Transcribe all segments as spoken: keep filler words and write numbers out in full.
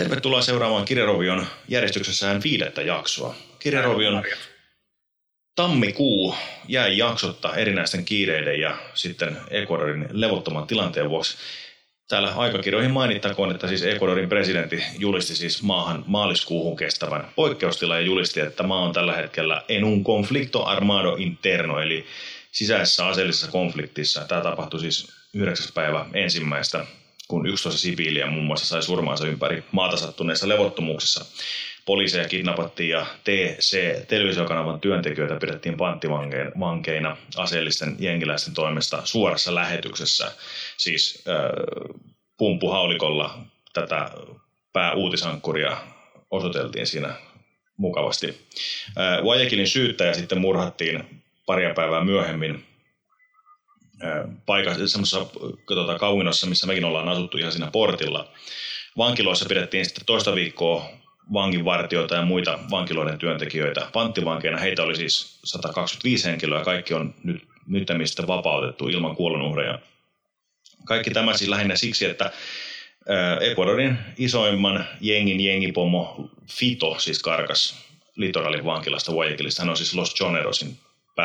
Tervetuloa seuraamaan Kirjarovion järjestyksessään viidettä jaksoa. Kirjarovion tammikuu jäi jaksotta erinäisten kiireiden ja sitten Ecuadorin levottoman tilanteen vuoksi. Täällä aikakirjoihin mainittakoon, että siis Ecuadorin presidentti julisti siis maahan maaliskuuhun kestävän poikkeustilan ja julisti, että maa on tällä hetkellä en un conflicto armado interno, eli sisäisessä aseellisessa konfliktissa. Tämä tapahtui siis yhdeksäs päivä ensimmäistä, kun yksitoista siviiliä muun muassa sai surmaansa ympäri maata sattuneissa levottomuuksissa. Poliiseja kidnappattiin ja T C-televisiokanavan työntekijöitä pidettiin panttivankeina aseellisten jengiläisten toimesta suorassa lähetyksessä. Siis äh, pumppuhaulikolla tätä pääuutisankkuria osoiteltiin siinä mukavasti. Äh, Guayaquilin syyttäjä sitten murhattiin paria päivää myöhemmin paikassa, semmoisessa tota, kaupunginossa, missä mekin ollaan asuttu ihan siinä portilla. Vankiloissa pidettiin sitten toista viikkoa vanginvartijoita ja muita vankiloiden työntekijöitä panttivankeina. Heitä oli siis sata kaksikymmentäviisi henkilöä. Kaikki on nyt nyttämistä vapautettu ilman kuolonuhreja. Kaikki tämä siis lähinnä siksi, että Ecuadorin isoimman jengin jengipomo Fito siis karkas Litoralin vankilasta Guayaquilista. Hän on siis Los Chonerosin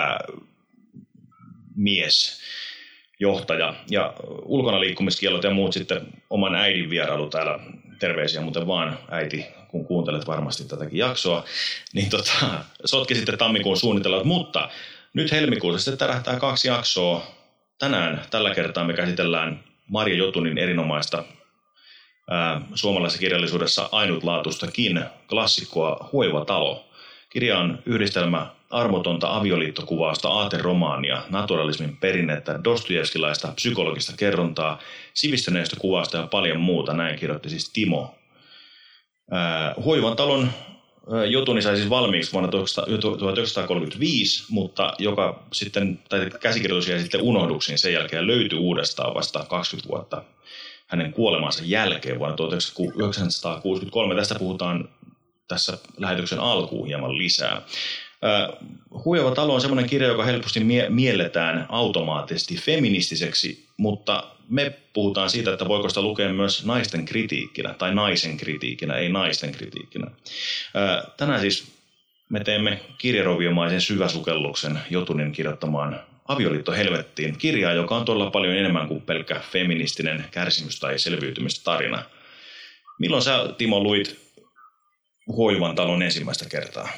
päämies, johtaja, ja ulkona liikkumiskiellot ja muut sitten oman äidin vierailu täällä. Terveisiä muuten vaan, äiti, kun kuuntelet varmasti tätäkin jaksoa, niin tota, sotki sitten tammikuun suunnitelmat, mutta nyt helmikuussa sitten tärähtää kaksi jaksoa. Tänään tällä kertaa me käsitellään Marja Jotunin erinomaista ää, suomalaisessa kirjallisuudessa ainutlaatuistakin klassikkoa Hoivatalo. Kirja on yhdistelmä armotonta avioliittokuvausta, aateromaania, naturalismin perinnettä, dostojevskilaista psykologista kerrontaa, sivistyneistä kuvausta ja paljon muuta. Näin kirjoitti siis Timo. Ää, Hoivatalon Jotuni sai siis valmiiksi vuonna tuhatyhdeksänsataakolmekymmentäviisi, mutta joka sitten, tai käsikirjoitus jäi sitten unohduksiin sen jälkeen löytyi uudestaan vasta kaksikymmentä vuotta hänen kuolemansa jälkeen vuonna tuhatyhdeksänsataakuusikymmentäkolme. Tästä puhutaan tässä lähetyksen alkuun hieman lisää. Huijava talo on semmoinen kirja, joka helposti mie- mielletään automaattisesti feministiseksi, mutta me puhutaan siitä, että voiko sitä lukea myös naisten kritiikkinä tai naisen kritiikkinä, ei naisten kritiikkinä. Tänään siis me teemme kirjaroviomaisen syväsukelluksen Jotunin kirjoittamaan Avioliitto helvettiin kirjaa, joka on todella paljon enemmän kuin pelkkä feministinen kärsimys- tai selviytymistarina. Milloin sä, Timo, luit Huivan talon ensimmäistä kertaa?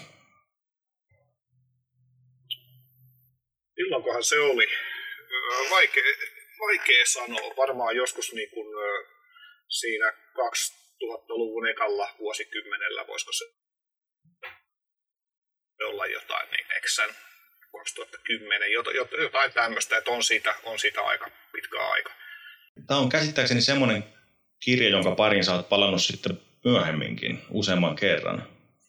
Milloinkohan se oli? Vaikea, vaikea sanoa. Varmaan joskus niin kuin siinä kaksituhattaluvun ekalla vuosikymmenellä, voisiko se olla jotain, niin Eksän kaksituhattakymmenen, jotain tämmöistä, että on siitä, on siitä aika pitkä aika. Tämä on käsittääkseni semmoinen kirja, jonka parin sä oot palannut sitten myöhemminkin, useamman kerran.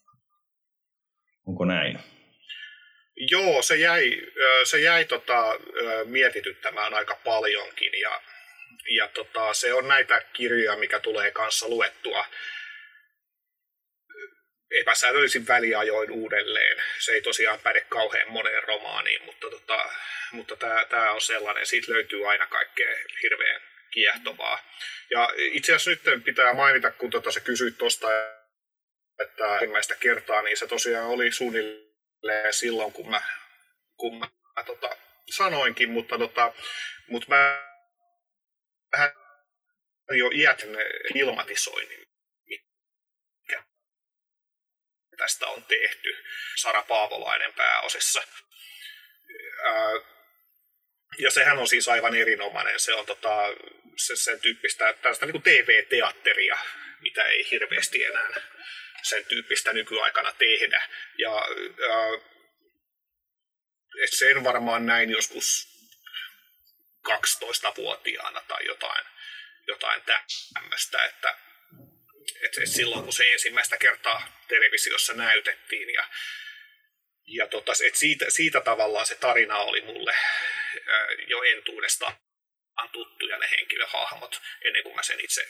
Onko näin? Joo, se jäi, se jäi tota, mietityttämään aika paljonkin ja, ja tota, se on näitä kirjoja, mikä tulee kanssa luettua epäsäännöllisin väliajoin uudelleen. Se ei tosiaan päde kauhean moneen romaaniin, mutta, tota, mutta tämä, tämä on sellainen, siitä löytyy aina kaikkea hirveän kiehtovaa. Ja itse asiassa nyt pitää mainita, kun tota, sä kysyit tuosta, että ensimmäistä kertaa, niin se tosiaan oli suunnilleen silloin, kun mä, kun mä tota, sanoinkin, mutta, tota, mutta mä vähän jo iät ilmatisoinnin, mikä tästä on tehty. Sara Paavolainen pääosassa. Ää, ja sehän on siis aivan erinomainen. Se on tota, se, sen tyyppistä tällaista niin kuin T V-teatteria, mitä ei hirveästi enää sen tyyppistä nykyaikana tehdä. Ja äh, sen varmaan näin joskus kaksitoistavuotiaana tai jotain, jotain tämmöistä, että, että silloin kun se ensimmäistä kertaa televisiossa näytettiin ja, ja tota, että siitä, siitä tavallaan se tarina oli mulle äh, jo entuudestaan tuttu ja ne henkilöhahmot ennen kuin mä sen itse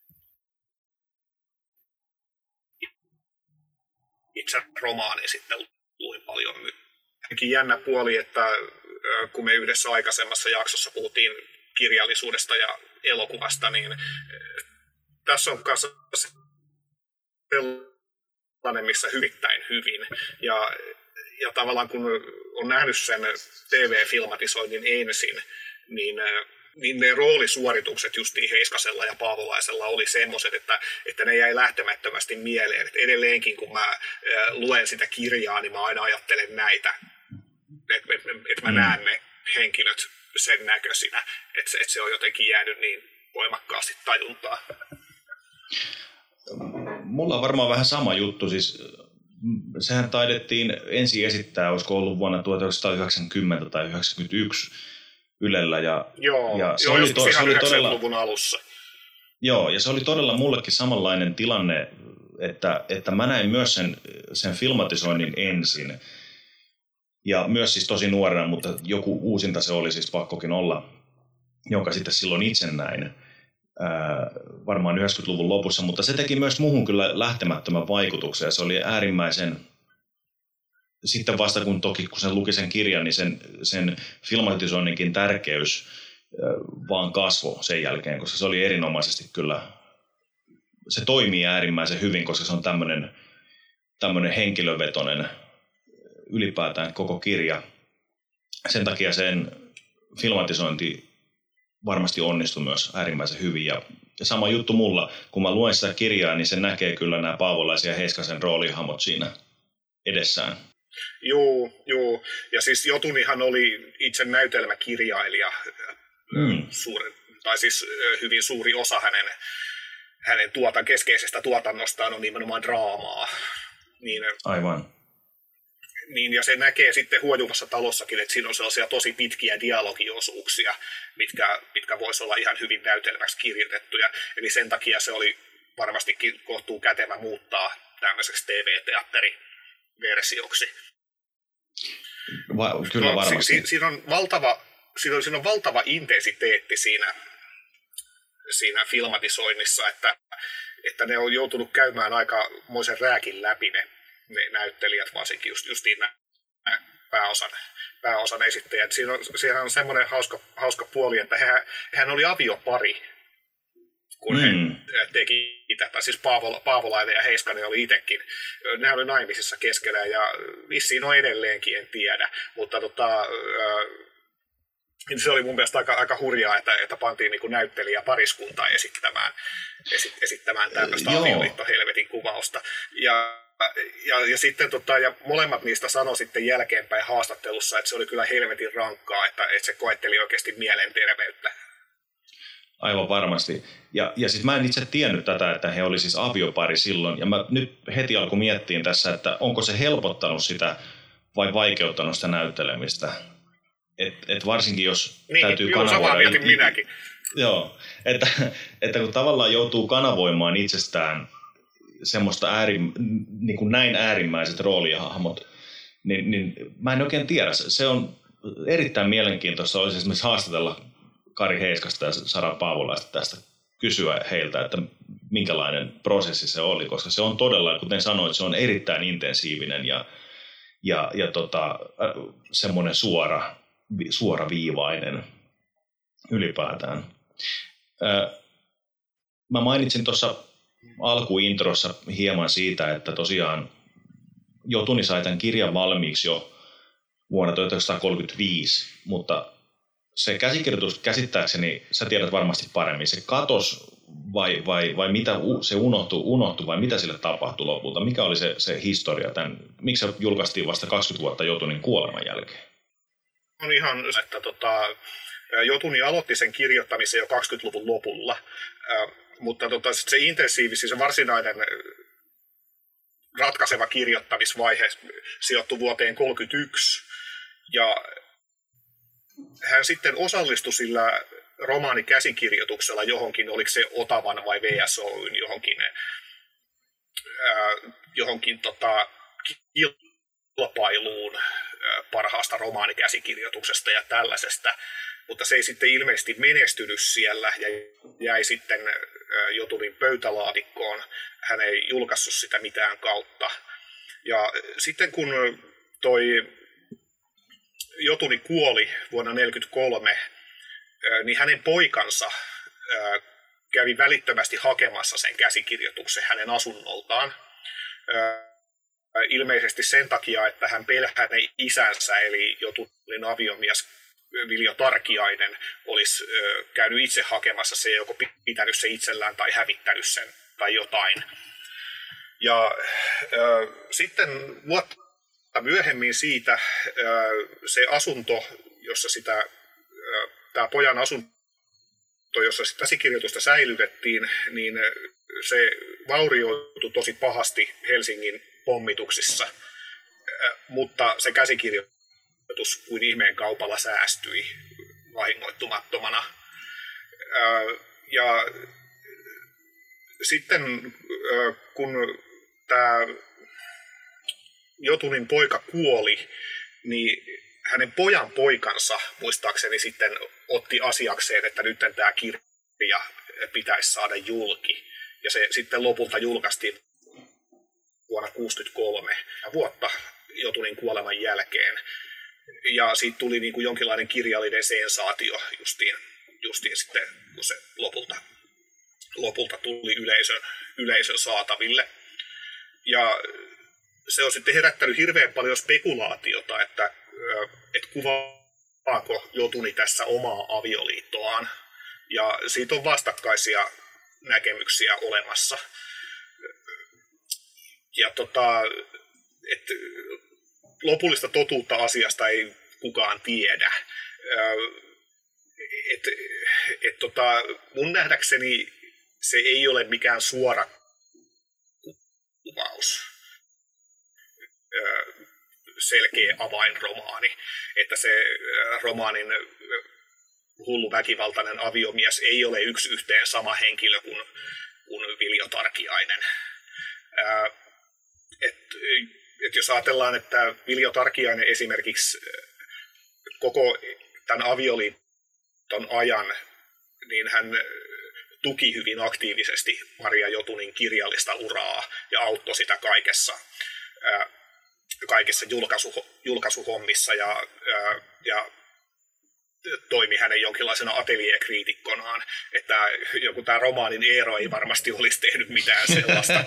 itse romaani sitten luin paljon. Jännä puoli, että kun me yhdessä aikaisemmassa jaksossa puhuttiin kirjallisuudesta ja elokuvasta, niin tässä on kanssa sellainen, missä hyvittäin hyvin. Ja, ja tavallaan kun on nähnyt sen T V-filmatisoinnin ensin, niin niin ne roolisuoritukset justiin Heiskasella ja Paavolaisella oli semmoiset, että, että ne jäi lähtemättömästi mieleen. Et edelleenkin kun mä ä, luen sitä kirjaa, niin mä aina ajattelen näitä, että et, et mä mm. näen ne henkilöt sen näköisinä, että se, et se on jotenkin jäänyt niin voimakkaasti tajuntaa. Mulla on varmaan vähän sama juttu, siis sehän taidettiin ensin esittää, olisiko ollut vuonna tuhatyhdeksänsataayhdeksänkymmentä tai yhdeksänkymmentäyksi Ylellä. Ja, joo, ja se joo oli, to, se oli todella, luvun alussa. Joo, ja se oli todella mullekin samanlainen tilanne, että, että mä näin myös sen, sen filmatisoinnin ensin. Ja myös siis tosi nuorena, mutta joku uusinta se oli siis pakkokin olla, jonka sitten silloin itse näin. Ää, varmaan yhdeksänkymmentäluvun lopussa, mutta se teki myös muuhun kyllä lähtemättömän vaikutuksen. Se oli äärimmäisen, sitten vasta kun toki kun sen luki sen kirjan, niin sen, sen filmatisoinninkin tärkeys ää, vaan kasvoi sen jälkeen, koska se oli erinomaisesti kyllä, se toimii äärimmäisen hyvin, koska se on tämmöinen, tämmöinen henkilövetoinen ylipäätään koko kirja. Sen takia sen filmatisointi varmasti onnistui myös äärimmäisen hyvin. Ja, ja sama juttu mulla, kun mä luen sitä kirjaa, niin se näkee kyllä nämä Paavolaisen ja Heiskasen roolihahmot siinä edessään. Joo, joo. Ja siis Jotunihan oli itse näytelmäkirjailija, mm. suuri, tai siis hyvin suuri osa hänen, hänen tuotan, keskeisestä tuotannostaan on nimenomaan draamaa. Niin, aivan. Niin, ja se näkee sitten Huojuvassa talossakin, että siinä on sellaisia tosi pitkiä dialogiosuuksia, mitkä, mitkä voisi olla ihan hyvin näytelmäksi kirjoitettuja. Eli sen takia se oli varmastikin kohtuu kätevä muuttaa tämmöiseksi T V-teatteriversioksi. Va- kyllä no, varmasti. Si- si- siinä, on valtava, siinä, on, siinä on valtava intensiteetti siinä, siinä filmatisoinnissa, että, että ne on joutunut käymään aikamoisen rääkin läpi ne. ne näyttelijät, varsinkin just, justiin nämä pääosan, pääosan esittäjät. Siinä on, siinä on semmoinen hauska, hauska puoli, että he, hän oli aviopari, kun mm. he teki tätä. Siis Paavola, Paavolainen ja Heiskanen oli itsekin. Nehän oli naimisissa keskenään ja vissiin on edelleenkin, en tiedä. Mutta tota, se oli mun mielestä aika, aika hurjaa, että, että pantiin niin kuin näyttelijä pariskuntaa esittämään, esit, esittämään tämmöistä avioliittohelvetin kuvausta. Ja Ja, ja sitten tota, ja molemmat niistä sanoi sitten jälkeenpäin haastattelussa, että se oli kyllä helvetin rankkaa, että, että se koetteli oikeasti mielenterveyttä. Aivan varmasti. Ja, ja sitten mä en itse tiennyt tätä, että he oli siis aviopari silloin. Ja mä nyt heti alkuun miettiin tässä, että onko se helpottanut sitä vai vaikeuttanut sitä näyttelemistä. Että et varsinkin jos niin, täytyy kanavoida. Niin, samaa mietin minäkin. Joo, että, että kun tavallaan joutuu kanavoimaan itsestään semmoista ääri, niin kuin näin äärimmäiset roolihahmot, niin, niin mä en oikein tiedä. Se on erittäin mielenkiintoista, olisi esimerkiksi haastatella Kari Heiskasta ja Sara Paavolaista tästä, kysyä heiltä, että minkälainen prosessi se oli, koska se on todella, kuten sanoit, se on erittäin intensiivinen ja, ja, ja tota, semmoinen suora, suoraviivainen ylipäätään. Mä mainitsin tuossa alkuintrossa hieman siitä, että tosiaan Jotuni sai tämän kirjan valmiiksi jo vuonna tuhatyhdeksänsataakolmekymmentäviisi, mutta se käsikirjoitus käsittääkseni, sä tiedät varmasti paremmin, se katos vai, vai, vai mitä se unohtui, unohtui vai mitä sille tapahtui lopulta? Mikä oli se, se historia? Tämän, miksi se julkaistiin vasta kaksikymmentä vuotta Jotunin kuoleman jälkeen? On ihan, että tota, Jotuni aloitti sen kirjoittamisen jo kaksikymmentäluvun lopulla. Mutta tota, se intensiivisin, se varsinainen ratkaiseva kirjoittamisvaihe sijoittui vuoteen tuhatyhdeksänsataakolmekymmentäyksi. Ja hän sitten osallistui sillä romaanikäsikirjoituksella johonkin, oliko se Otavan vai V S O:n johonkin, ää, johonkin tota, kilpailuun ää, parhaasta romaanikäsikirjoituksesta ja tällaisesta. Mutta se ei sitten ilmeisesti menestynyt siellä ja jäi sitten Jotunin pöytälaatikkoon. Hän ei julkaissut sitä mitään kautta. Ja sitten kun toi Jotuni kuoli vuonna tuhatyhdeksänsataaneljäkymmentäkolme, niin hänen poikansa kävi välittömästi hakemassa sen käsikirjoituksen hänen asunnoltaan. Ilmeisesti sen takia, että hän pelhäinen isänsä, eli Jotunin aviomies Viljo Tarkiainen, olisi käynyt itse hakemassa se, joko pitänyt se itsellään tai hävittänyt sen tai jotain. Ja äh, sitten vuotta myöhemmin siitä äh, se asunto, jossa sitä, äh, tämä pojan asunto, jossa sitä käsikirjoitusta säilytettiin, niin se vaurioitui tosi pahasti Helsingin pommituksissa, äh, mutta se käsikirjoitus kuin ihmeen kaupalla säästyi vahingoittumattomana. Äh, ja sitten äh, kun tämä Jotunin poika kuoli, niin hänen pojan poikansa muistaakseni sitten otti asiakseen, että nyt tämä kirja pitäisi saada julki. Ja se sitten lopulta julkaistiin vuonna tuhatyhdeksänsataakuusikymmentäkolme vuotta Jotunin kuoleman jälkeen. Ja siitä tuli niin kuin jonkinlainen kirjallinen sensaatio justiin, justiin sitten, kun se lopulta, lopulta tuli yleisön, yleisön saataville. Ja se on sitten herättänyt hirveän paljon spekulaatiota, että, että kuvaako Jotuni tässä omaa avioliittoaan. Ja siitä on vastakkaisia näkemyksiä olemassa. Ja tota, että lopullista totuutta asiasta ei kukaan tiedä. Et, et tota, mun nähdäkseni se ei ole mikään suora kuvaus, selkeä avainromaani, että se romaanin hullu väkivaltainen aviomies ei ole yksi yhteen sama henkilö kuin, kuin Viljo Tarkiainen. Et, et jos ajatellaan, että Viljo Tarkiainen esimerkiksi koko tämän avioliiton ajan, niin hän tuki hyvin aktiivisesti Maria Jotunin kirjallista uraa ja auttoi sitä kaikessa, ää, kaikessa julkaisu, julkaisuhommissa ja, ää, ja toimi hänen jonkinlaisena ateljekriitikkonaan, että joku tämä romaanin Eero ei varmasti olisi tehnyt mitään sellaista.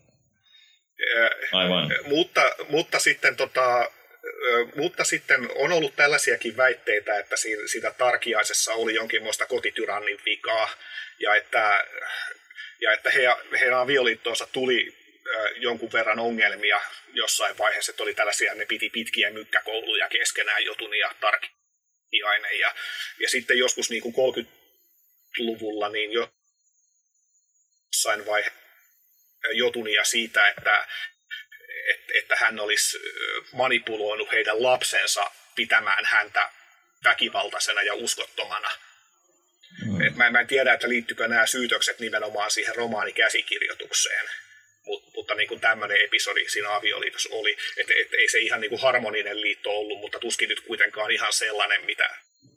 Aivan. Mutta, mutta, sitten, tota, mutta sitten on ollut tällaisiakin väitteitä, että siinä, siinä Tarkiaisessa oli jonkinlaista kotityrannin vikaa, ja että, ja että he, heidän avioliittoonsa tuli jonkun verran ongelmia jossain vaiheessa, että oli tällaisia, ne piti pitkiä mykkäkouluja keskenään, Jotuni ja Tarkiainen, ja, ja sitten joskus niin kuin kolmekymmentäluvulla niin jossain vaiheessa Jotunia siitä, että, että, että hän olisi manipuloinut heidän lapsensa pitämään häntä väkivaltaisena ja uskottomana. Mm. Et mä, mä en tiedä, että liittyykö nämä syytökset nimenomaan siihen romaanikäsikirjoitukseen, Mut, mutta niin kuin tämmöinen episodi siinä avioliitossa oli, että et, ei se ihan niin kuin harmoninen liitto ollut, mutta tuskin nyt kuitenkaan ihan sellainen, mitä,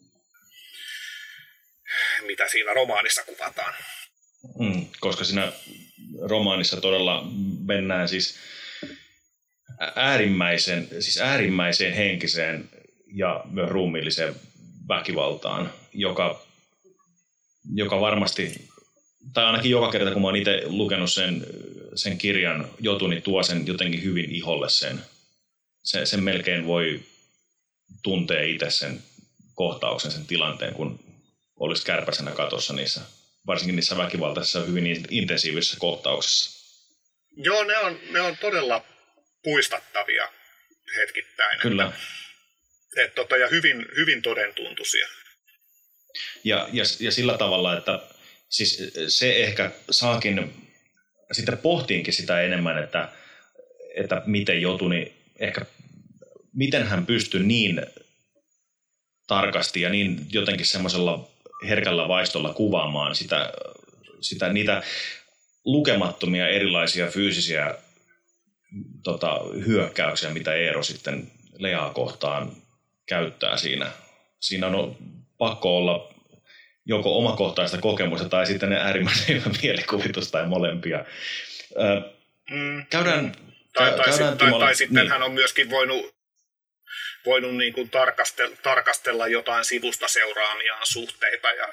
mitä siinä romaanissa kuvataan. Mm, koska siinä romaanissa todella mennään siis äärimmäisen, siis äärimmäiseen henkiseen ja myös ruumiilliseen väkivaltaan, joka, joka varmasti, tai ainakin joka kerta kun mä oon itse lukenut sen, sen kirjan, Jotuni tuo sen jotenkin hyvin iholle sen. Se, sen melkein voi tuntea itse sen kohtauksen, sen tilanteen, kun olisi kärpäsenä katossa niissä, varsinkin niissä väkivaltaisissa hyvin intensiivisissä kohtauksissa. Joo, ne on, ne on todella puistattavia hetkittäin. Kyllä. Että, et, tota, ja hyvin, hyvin todentuntuisia. Ja, ja, ja sillä tavalla, että siis se ehkä saakin, sitten pohtiinkin sitä enemmän, että, että miten Jotuni, ehkä miten hän pystyi niin tarkasti ja niin jotenkin semmoisella herkällä vaistolla kuvaamaan sitä, sitä, niitä lukemattomia erilaisia fyysisiä tota, hyökkäyksiä, mitä Eero sitten Leaa kohtaan käyttää siinä. Siinä on pakko olla joko omakohtaista kokemusta tai sitten ne äärimmäisen hyvä mielikuvitus tai molempia. Ö, mm. Käydään... Tai, kä- tai, käydään tai, tumalla, tai sitten niin. hän on myöskin voinut, voinut niin kuin tarkastella, tarkastella jotain sivusta seuraamiaan suhteita ja,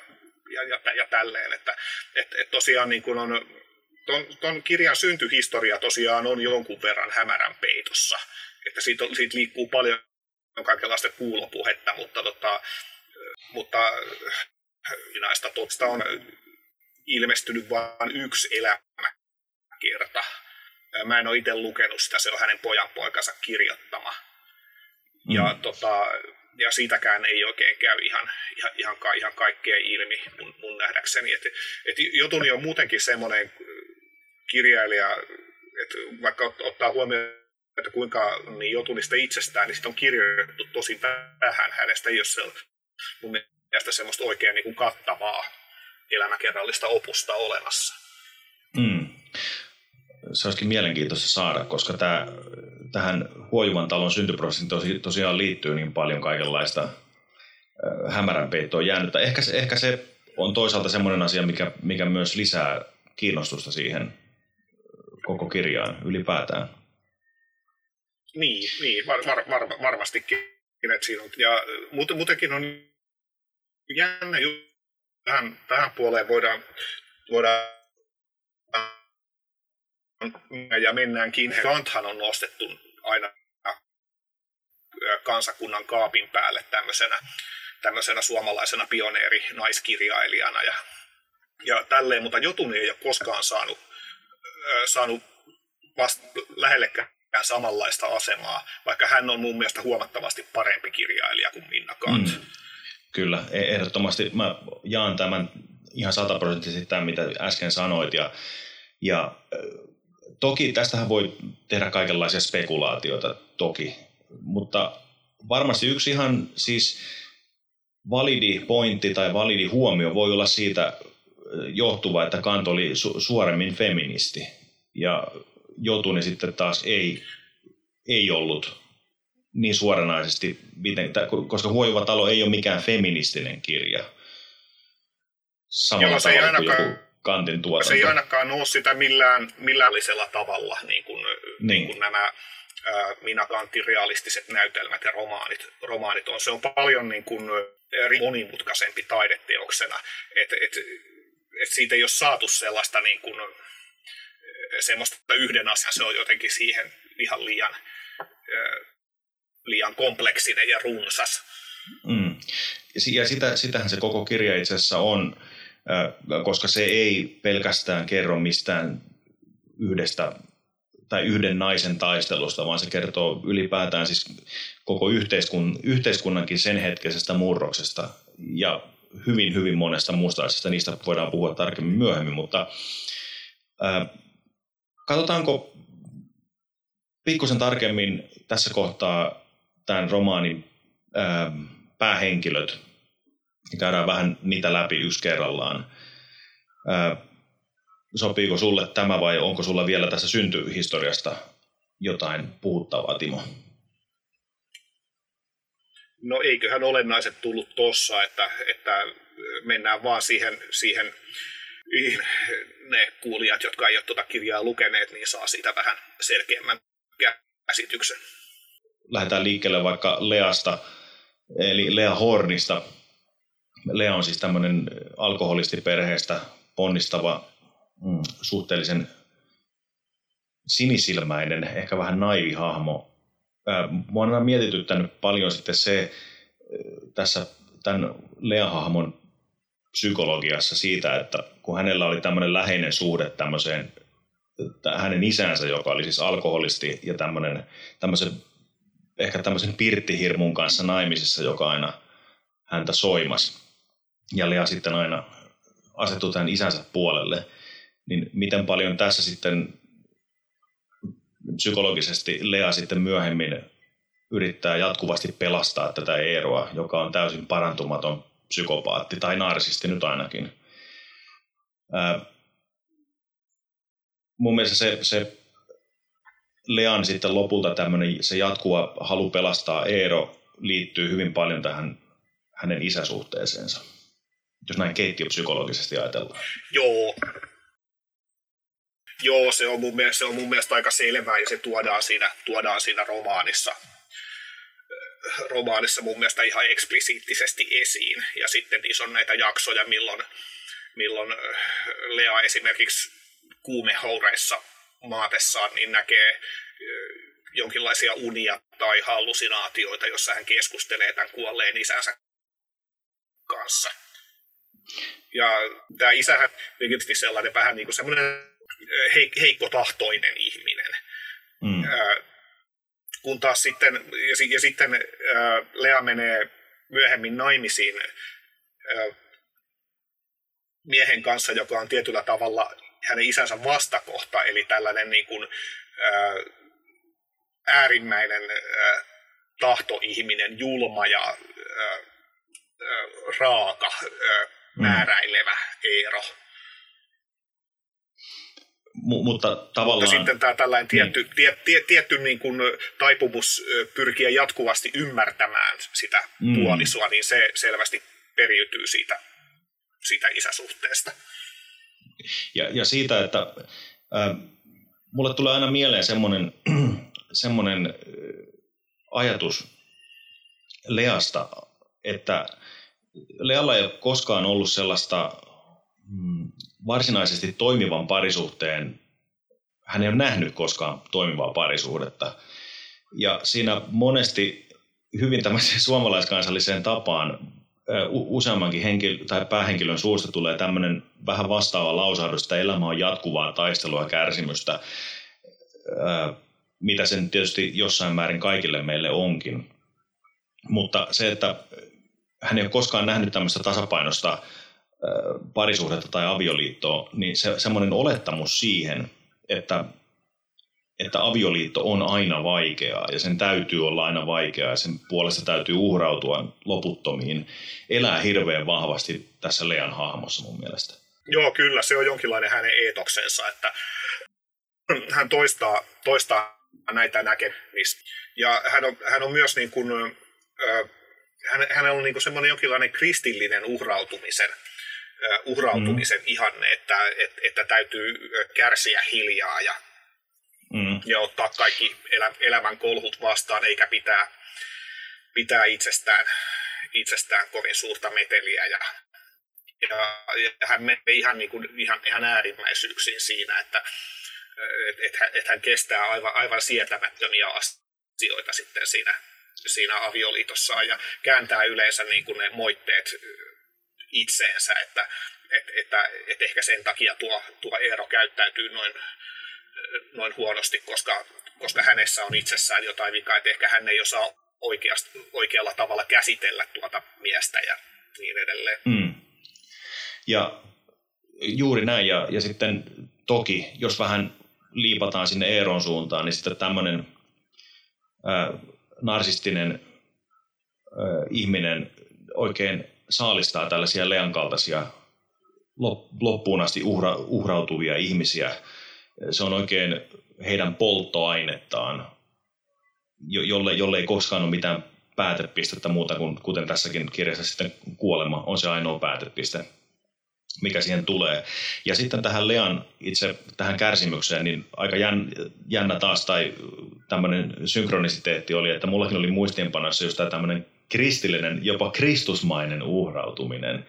ja, ja, ja tälleen. Että et, et tosiaan niin kuin on, ton, ton kirjan syntyhistoria tosiaan on jonkun verran hämärän peitossa. Että siitä, siitä liikkuu paljon kaikenlaista kuulopuhetta, mutta, tota, mutta näistä totta on ilmestynyt vain yksi elämäkerta. Mä en ole itse lukenut sitä, se on hänen pojanpoikansa kirjoittama. Mm. Ja, tota, ja siitäkään ei oikein käy ihan, ihan, ihan, ihan kaikkea ilmi mun, mun nähdäkseni. Et, et Jotuni on muutenkin semmoinen kirjailija, että vaikka ottaa huomioon, että kuinka niin Jotunista itsestään, niin sitä on kirjoitettu tosi vähän. Hänestä ei ole se, mun mielestä semmoista oikein niin kuin kattavaa elämäkerrallista opusta olemassa. Mm. Se olisikin mielenkiintoista saada, koska tämä, tähän Huojuvan talon syntyprosessiin tosi, tosiaan liittyy niin paljon kaikenlaista äh, hämäränpeittoa jäänyt. Ehkä se, ehkä se on toisaalta semmoinen asia, mikä, mikä myös lisää kiinnostusta siihen koko kirjaan ylipäätään. Niin, niin var, var, var, varmastikin. Että siinä on, ja muutenkin on jännä juttu. Tähän, tähän puoleen voidaan, voidaan ja mennäänkin. Kanthan on nostettu aina kansakunnan kaapin päälle tämmöisenä, tämmöisenä suomalaisena pioneerinaiskirjailijana ja, ja tälleen, mutta Jotuni ei ole koskaan saanut, saanut vasta lähellekään samanlaista asemaa, vaikka hän on mun mielestä huomattavasti parempi kirjailija kuin Minna Kant. Mm. Kyllä, ehdottomasti mä jaan tämän ihan sataprosenttisesti tämän, mitä äsken sanoit. Ja, ja toki tästähän voi tehdä kaikenlaisia spekulaatioita, toki. Mutta varmasti yksi ihan siis validi pointti tai validi huomio voi olla siitä johtuva, että Kant oli su- suoremmin feministi. Ja Jotuni sitten taas ei, ei ollut niin suoranaisesti, koska Huojuva talo ei ole mikään feministinen kirja. Samalla Joo, tavalla kuin ainakaan, joku Kantin tuotanto. Se ei ainakaan ole sitä millään, millään tavalla, niin kuin, niin. Niin kuin nämä ää, Minna Kantin realistiset näytelmät ja romaanit, romaanit on. Se on paljon niin kuin, monimutkaisempi taideteoksena. Et, et, et siitä ei ole saatu sellaista niin kuin, semmoista yhden asian, se on jotenkin siihen ihan liian... Ää, liian kompleksinen ja runsas. Mm. Ja sitä, sitähän se koko kirja itse asiassa on, koska se ei pelkästään kerro mistään yhdestä tai yhden naisen taistelusta, vaan se kertoo ylipäätään siis koko yhteiskun, yhteiskunnankin sen hetkisestä murroksesta ja hyvin, hyvin monesta muusta asiasta. Niistä voidaan puhua tarkemmin myöhemmin, mutta ää, katsotaanko pikkusen tarkemmin tässä kohtaa tämän romaanin ää, päähenkilöt. Käydään vähän niitä läpi yksi kerrallaan. Ää, sopiiko sulle tämä vai onko sulla vielä tässä syntyhistoriasta jotain puhuttavaa, Timo? No eiköhän olennaiset tullut tuossa, että, että mennään vaan siihen, siihen, ne kuulijat, jotka ei ole tuota kirjaa lukeneet, niin saa siitä vähän selkeämmän käsityksen. Lähdetään liikkeelle vaikka Leasta, eli Lea Hornista. Lea on siis tämmöinen alkoholistiperheestä ponnistava, mm, suhteellisen sinisilmäinen, ehkä vähän naivi hahmo. Mua on mietityttänyt paljon sitten se tässä tämän Lea-hahmon psykologiassa siitä, että kun hänellä oli tämmöinen läheinen suhde tämmöiseen hänen isänsä, joka oli siis alkoholisti ja tämmöinen, tämmöisen, ehkä tämmöisen pirttihirmun kanssa naimisissa, joka aina häntä soimasi. Ja Lea sitten aina asettui tämän isänsä puolelle. Niin miten paljon tässä sitten psykologisesti Lea sitten myöhemmin yrittää jatkuvasti pelastaa tätä Eeroa, joka on täysin parantumaton psykopaatti tai narsisti nyt ainakin. Ää, mun mielestä se, se Lean sitten lopulta tämmöinen, se jatkuva halu pelastaa Eero liittyy hyvin paljon tähän hänen isäsuhteeseensa, jos näin keittiöpsykologisesti ajatellaan. Joo. Joo, se on mun mielestä, se on mun mielestä aika selvää ja se tuodaan siinä, tuodaan siinä romaanissa, romaanissa mun mielestä ihan eksplisiittisesti esiin. Ja sitten niissä on näitä jaksoja, milloin, milloin Lea esimerkiksi kuumehoureissa maatessaan niin näkee jonkinlaisia unia tai hallusinaatioita, jossa hän keskustelee tämän kuolleen isänsä kanssa. Ja tämä isähän on tietysti sellainen vähän niin kuin semmoinen heikkotahtoinen ihminen. Mm. Kun taas sitten, ja, ja sitten ää, Lea menee myöhemmin naimisiin ää, miehen kanssa, joka on tietyllä tavalla hänen isänsä vastakohta, eli tällainen niin kuin, ää, äärimmäinen ää, tahtoihminen, julma ja ää, ää, raaka, ää, määräilevä Eero. M- mutta tavallaan... Mutta sitten tämä tällainen tietty, niin. tie, tie, tietty niin kuin taipumus pyrkiä jatkuvasti ymmärtämään sitä mm. puolisoa, niin se selvästi periytyy siitä, siitä isäsuhteesta. Ja, ja siitä, että äh, mulle tulee aina mieleen semmoinen, semmoinen ajatus Leasta, että Lealla ei ole koskaan ollut sellaista mm, varsinaisesti toimivan parisuhteen, hän ei ole nähnyt koskaan toimivaa parisuhdetta. Ja siinä monesti hyvin tämmöiseen suomalaiskansalliseen tapaan useammankin henkilö, tai päähenkilön suusta tulee tämmöinen vähän vastaava lausahdus, että elämä on jatkuvaa taistelua ja kärsimystä, mitä sen tietysti jossain määrin kaikille meille onkin. Mutta se, että hän ei ole koskaan nähnyt tämmöistä tasapainosta parisuhdetta tai avioliittoa, niin se, semmoinen olettamus siihen, että, että avioliitto on aina vaikeaa ja sen täytyy olla aina vaikeaa ja sen puolesta täytyy uhrautua loputtomiin, elää hirveän vahvasti tässä Lean hahmossa mun mielestä. Joo, kyllä, se on jonkinlainen hänen eetoksensa, että hän toistaa, toistaa näitä näkemistä. Ja hän on, hän on myös niin kuin, äh, hän, hänellä on niin kuin semmoinen jonkinlainen kristillinen uhrautumisen Uh, uhrautumisen mm. ihanne, että, että, että täytyy kärsiä hiljaa ja, mm. ja ottaa kaikki elä, elämän kolhut vastaan, eikä pitää, pitää itsestään, itsestään kovin suurta meteliä. Ja, ja, ja hän menee ihan, niin kuin, ihan, ihan äärimmäisyyksiin siinä, että et, et, et hän kestää aivan, aivan sietämättömiä asioita sitten siinä, siinä avioliitossaan ja kääntää yleensä niin kuin ne moitteet itseensä, että, että, että, että ehkä sen takia tuo, tuo Eero käyttäytyy noin, noin huonosti, koska, koska hänessä on itsessään jotain vikaa, että ehkä hän ei osaa oikeasti, oikealla tavalla käsitellä tuota miestä ja niin edelleen. Mm. Ja juuri näin, ja, ja sitten toki, jos vähän liipataan sinne Eeron suuntaan, niin sitten tämmöinen äh, narsistinen äh, ihminen oikein saalistaa tällaisia Lean kaltaisia loppuun asti uhra, uhrautuvia ihmisiä. Se on oikein heidän polttoainettaan, jolle, jolle ei koskaan ole mitään päätepistettä muuta kuin, kuten tässäkin kirjassa sitten kuolema on se ainoa päätepiste, mikä siihen tulee. Ja sitten tähän Lean itse tähän kärsimykseen, niin aika jännä taas tai tämmöinen synkronisiteetti oli, että mullakin oli muistiinpanoissa just tämä tämmöinen kristillinen, jopa kristusmainen uhrautuminen.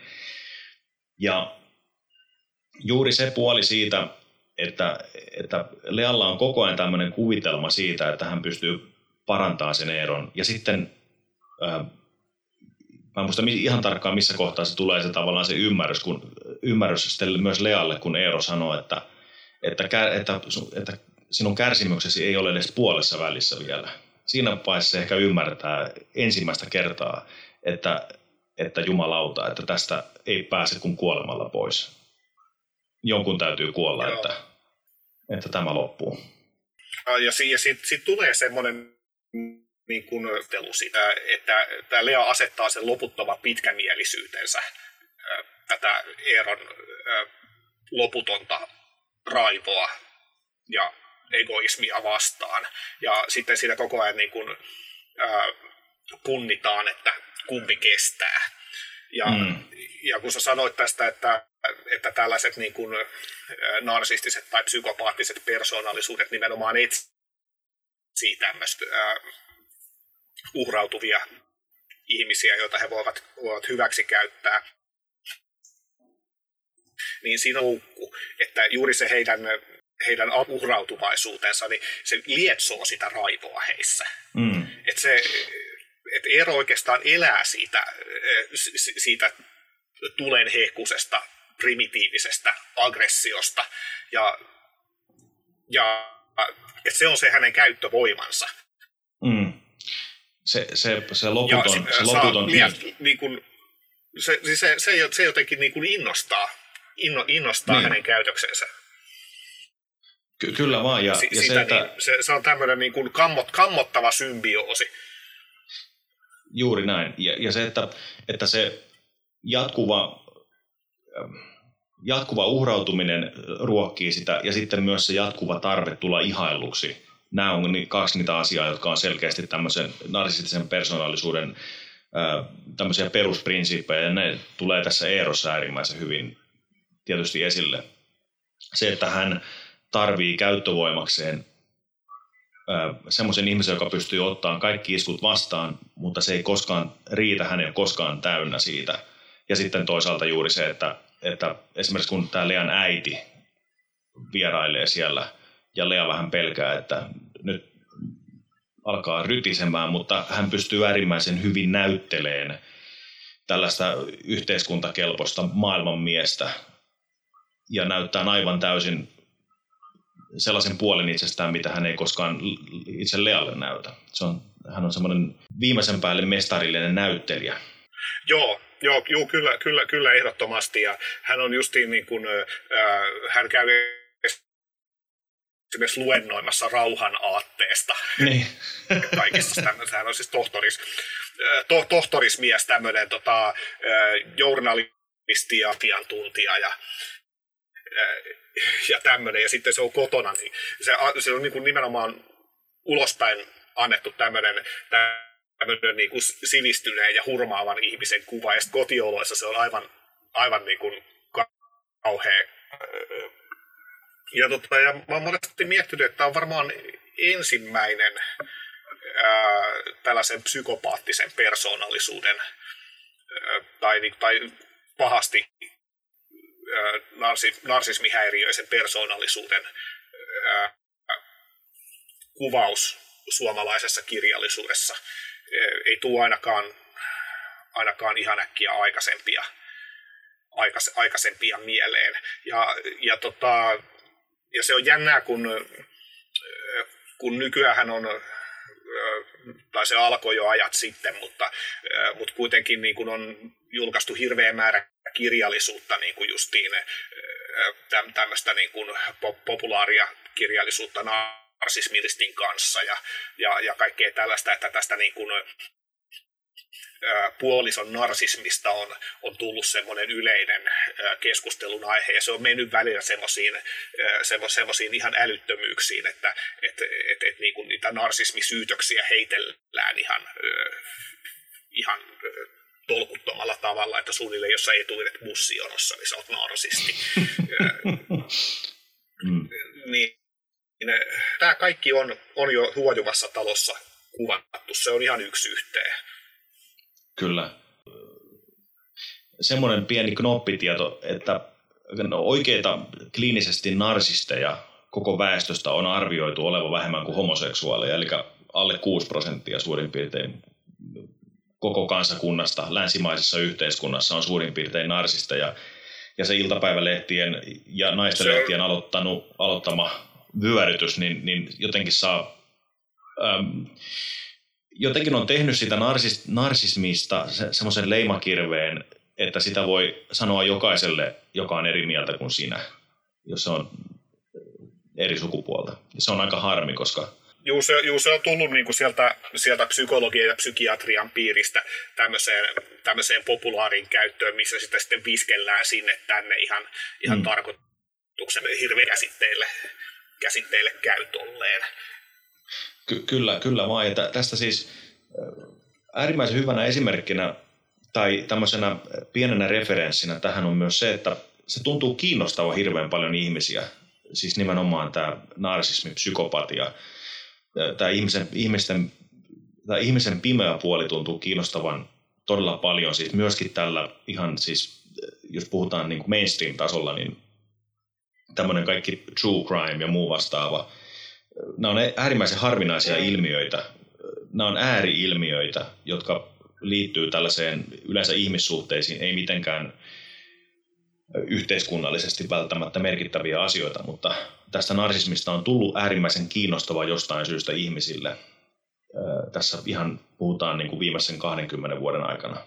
Ja juuri se puoli siitä, että, että Lealla on koko ajan tämmöinen kuvitelma siitä, että hän pystyy parantamaan sen Eeron. Ja sitten, ää, mä en muista ihan tarkkaan missä kohtaa se tulee se tavallaan se ymmärrys, kun, ymmärrys sitten myös Lealle, kun Eero sanoo, että, että, että, että sinun kärsimyksesi ei ole edes puolessa välissä vielä. Siinä vaiheessa ehkä ymmärtää ensimmäistä kertaa, että, että jumalauta, että tästä ei pääse kuin kuolemalla pois. Jonkun täytyy kuolla, että, että tämä loppuu. Ja, ja sitten sit tulee semmoinen niin kuin sitä, että tämä Lea asettaa sen loputtoman pitkämielisyytensä tätä Eeron loputonta raivoa ja egoismia vastaan. Ja sitten siinä koko ajan niin kuin, ää, punnitaan, että kumpi kestää. Ja, mm. ja kun sä sanoit tästä, että, että tällaiset niin kuin, ää, narsistiset tai psykopaattiset persoonallisuudet nimenomaan etsii tämmöistä ää, uhrautuvia ihmisiä, joita he voivat, voivat hyväksi käyttää, niin siinä on loukku, että juuri se heidän, heidän uhrautuvaisuutensa, niin se lietsoo sitä raivoa heissä. Mm. Että se, että Eero oikeastaan elää siitä, siitä tulenhehkusesta, primitiivisestä aggressiosta, ja, ja että se on se hänen käyttövoimansa. Mm. Se, se, se loputon... Ja se, loputon liian, niin kuin, se, se, se, se jotenkin niin kuin innostaa, inno, innostaa niin. hänen käytöksensä. Ky- kyllä vaan. Ja, si, ja sitä, se, että... niin, se, se on tämmöinen niin kuin kammot, kammottava symbioosi. Juuri näin. Ja, ja se, että, että se jatkuva... jatkuva uhrautuminen ruokkii sitä ja sitten myös se jatkuva tarve tulla ihailluksi. Nämä on kaksi niitä asiaa, jotka on selkeästi tämmöisen narsistisen persoonallisuuden tämmöisiä perusprinsiippejä, ja ne tulee tässä Eerossa äärimmäisen hyvin tietysti esille. Se, että hän tarvii käyttövoimakseen semmoisen ihmisen, joka pystyy ottamaan kaikki iskut vastaan, mutta se ei koskaan riitä, hän ei ole koskaan täynnä siitä. Ja sitten toisaalta juuri se, että että esimerkiksi kun tämä Lean äiti vierailee siellä ja Lea vähän pelkää, että nyt alkaa rytisemään, mutta hän pystyy äärimmäisen hyvin näytteleen tällaista yhteiskuntakelpoista maailmanmiestä ja näyttää aivan täysin sellaisen puolen itsestään, mitä hän ei koskaan itse Lealle näytä. Se on, hän on semmoinen viimeisen päälle mestarillinen näyttelijä. Joo. Joo, juu, kyllä, kyllä, kyllä ehdottomasti. Ja hän on justiin niin kuin, äh, hän käy esimerkiksi luennoimassa rauhan aatteesta. Niin. Kaikessa tämmöistä. Hän on siis tohtoris, to, tohtorismies, tämmöinen tota, äh, journalisti ja asiantuntija ja, äh, ja tämmöinen. Ja sitten se on kotona, niin se, se on niin kuin nimenomaan ulospäin annettu tämmöinen, tämmöinen niin kuin sivistyneen ja hurmaavan ihmisen kuva, ja sitten kotioloissa se on aivan, aivan niin kuin kauhea. Ja, tota, ja mä oon monesti miettinyt, että tämä on varmaan ensimmäinen ää, tällaisen psykopaattisen persoonallisuuden ää, tai, tai pahasti ää, narsi, narsismihäiriöisen persoonallisuuden ää, kuvaus suomalaisessa kirjallisuudessa. Ei tule ainakaan, ainakaan ihan äkkiä aikaisempia, aikais, aikaisempia mieleen. Ja, ja, tota, ja se on jännää, kun, kun nykyään on, tai se alkoi jo ajat sitten, mutta, mutta kuitenkin niin kuin on julkaistu hirveä määrä kirjallisuutta, niin kuin justiin tämmöistä niin kuin populaaria kirjallisuutta narsismistin kanssa ja, ja, ja kaikkea tällaista, että tästä niin kuin, ä, puolison narsismista on, on tullut semmoinen yleinen ä, keskustelun aihe, ja se on mennyt välillä semmoisiin, semmoisiin ihan älyttömyyksiin, että et, et, et, niin kuin niitä narsismisyytöksiä heitellään ihan, ä, ihan ä, tolkuttomalla tavalla, että suunnilleen jos sä etuilet bussijonossa, niin sä oot narsisti. mm. Niin tämä kaikki on, on jo Huojuvassa talossa kuvattu. Se on ihan yksi yhteen. Kyllä. Semmoinen pieni knoppitieto, että oikeita kliinisesti narsisteja koko väestöstä on arvioitu olevan vähemmän kuin homoseksuaaleja, eli alle kuusi prosenttia suurin piirtein koko kansakunnasta länsimaisessa yhteiskunnassa on suurin piirtein narsisteja. Ja se iltapäivälehtien ja naistenlehtien aloittanut, aloittama vyörytys, niin, niin jotenkin saa, äm, jotenkin on tehnyt sitä narsis, narsismista se, semmoisen leimakirveen, että sitä voi sanoa jokaiselle, joka on eri mieltä kuin sinä, jos se on eri sukupuolta. Ja se on aika harmi, koska... Juu, se, juu, se on tullut niinku sieltä, sieltä psykologian ja psykiatrian piiristä tämmöiseen, tämmöiseen populaarin käyttöön, missä sitä sitten viskellään sinne tänne ihan, ihan mm. tarkoituksen hirveän käsitteille. käsitteille käy tolleen. Ky- kyllä, kyllä vaan. Ja tästä siis äärimmäisen hyvänä esimerkkinä tai tämmöisenä pienenä referenssinä tähän on myös se, että se tuntuu kiinnostavan hirveän paljon ihmisiä. Siis nimenomaan tämä narsismi, psykopatia, tämä ihmisen, ihmisten tämä ihmisen pimeä puoli tuntuu kiinnostavan todella paljon, siis myöskin tällä ihan siis, jos puhutaan niin kuin mainstream-tasolla, niin tämmöinen kaikki true crime ja muu vastaava, nämä on äärimmäisen harvinaisia ilmiöitä, nämä on ääri-ilmiöitä, jotka liittyy tällaiseen yleensä ihmissuhteisiin, ei mitenkään yhteiskunnallisesti välttämättä merkittäviä asioita, mutta tästä narsismista on tullut äärimmäisen kiinnostava jostain syystä ihmisille. Tässä ihan puhutaan niin kuin viimeisen kahdenkymmenen vuoden aikana.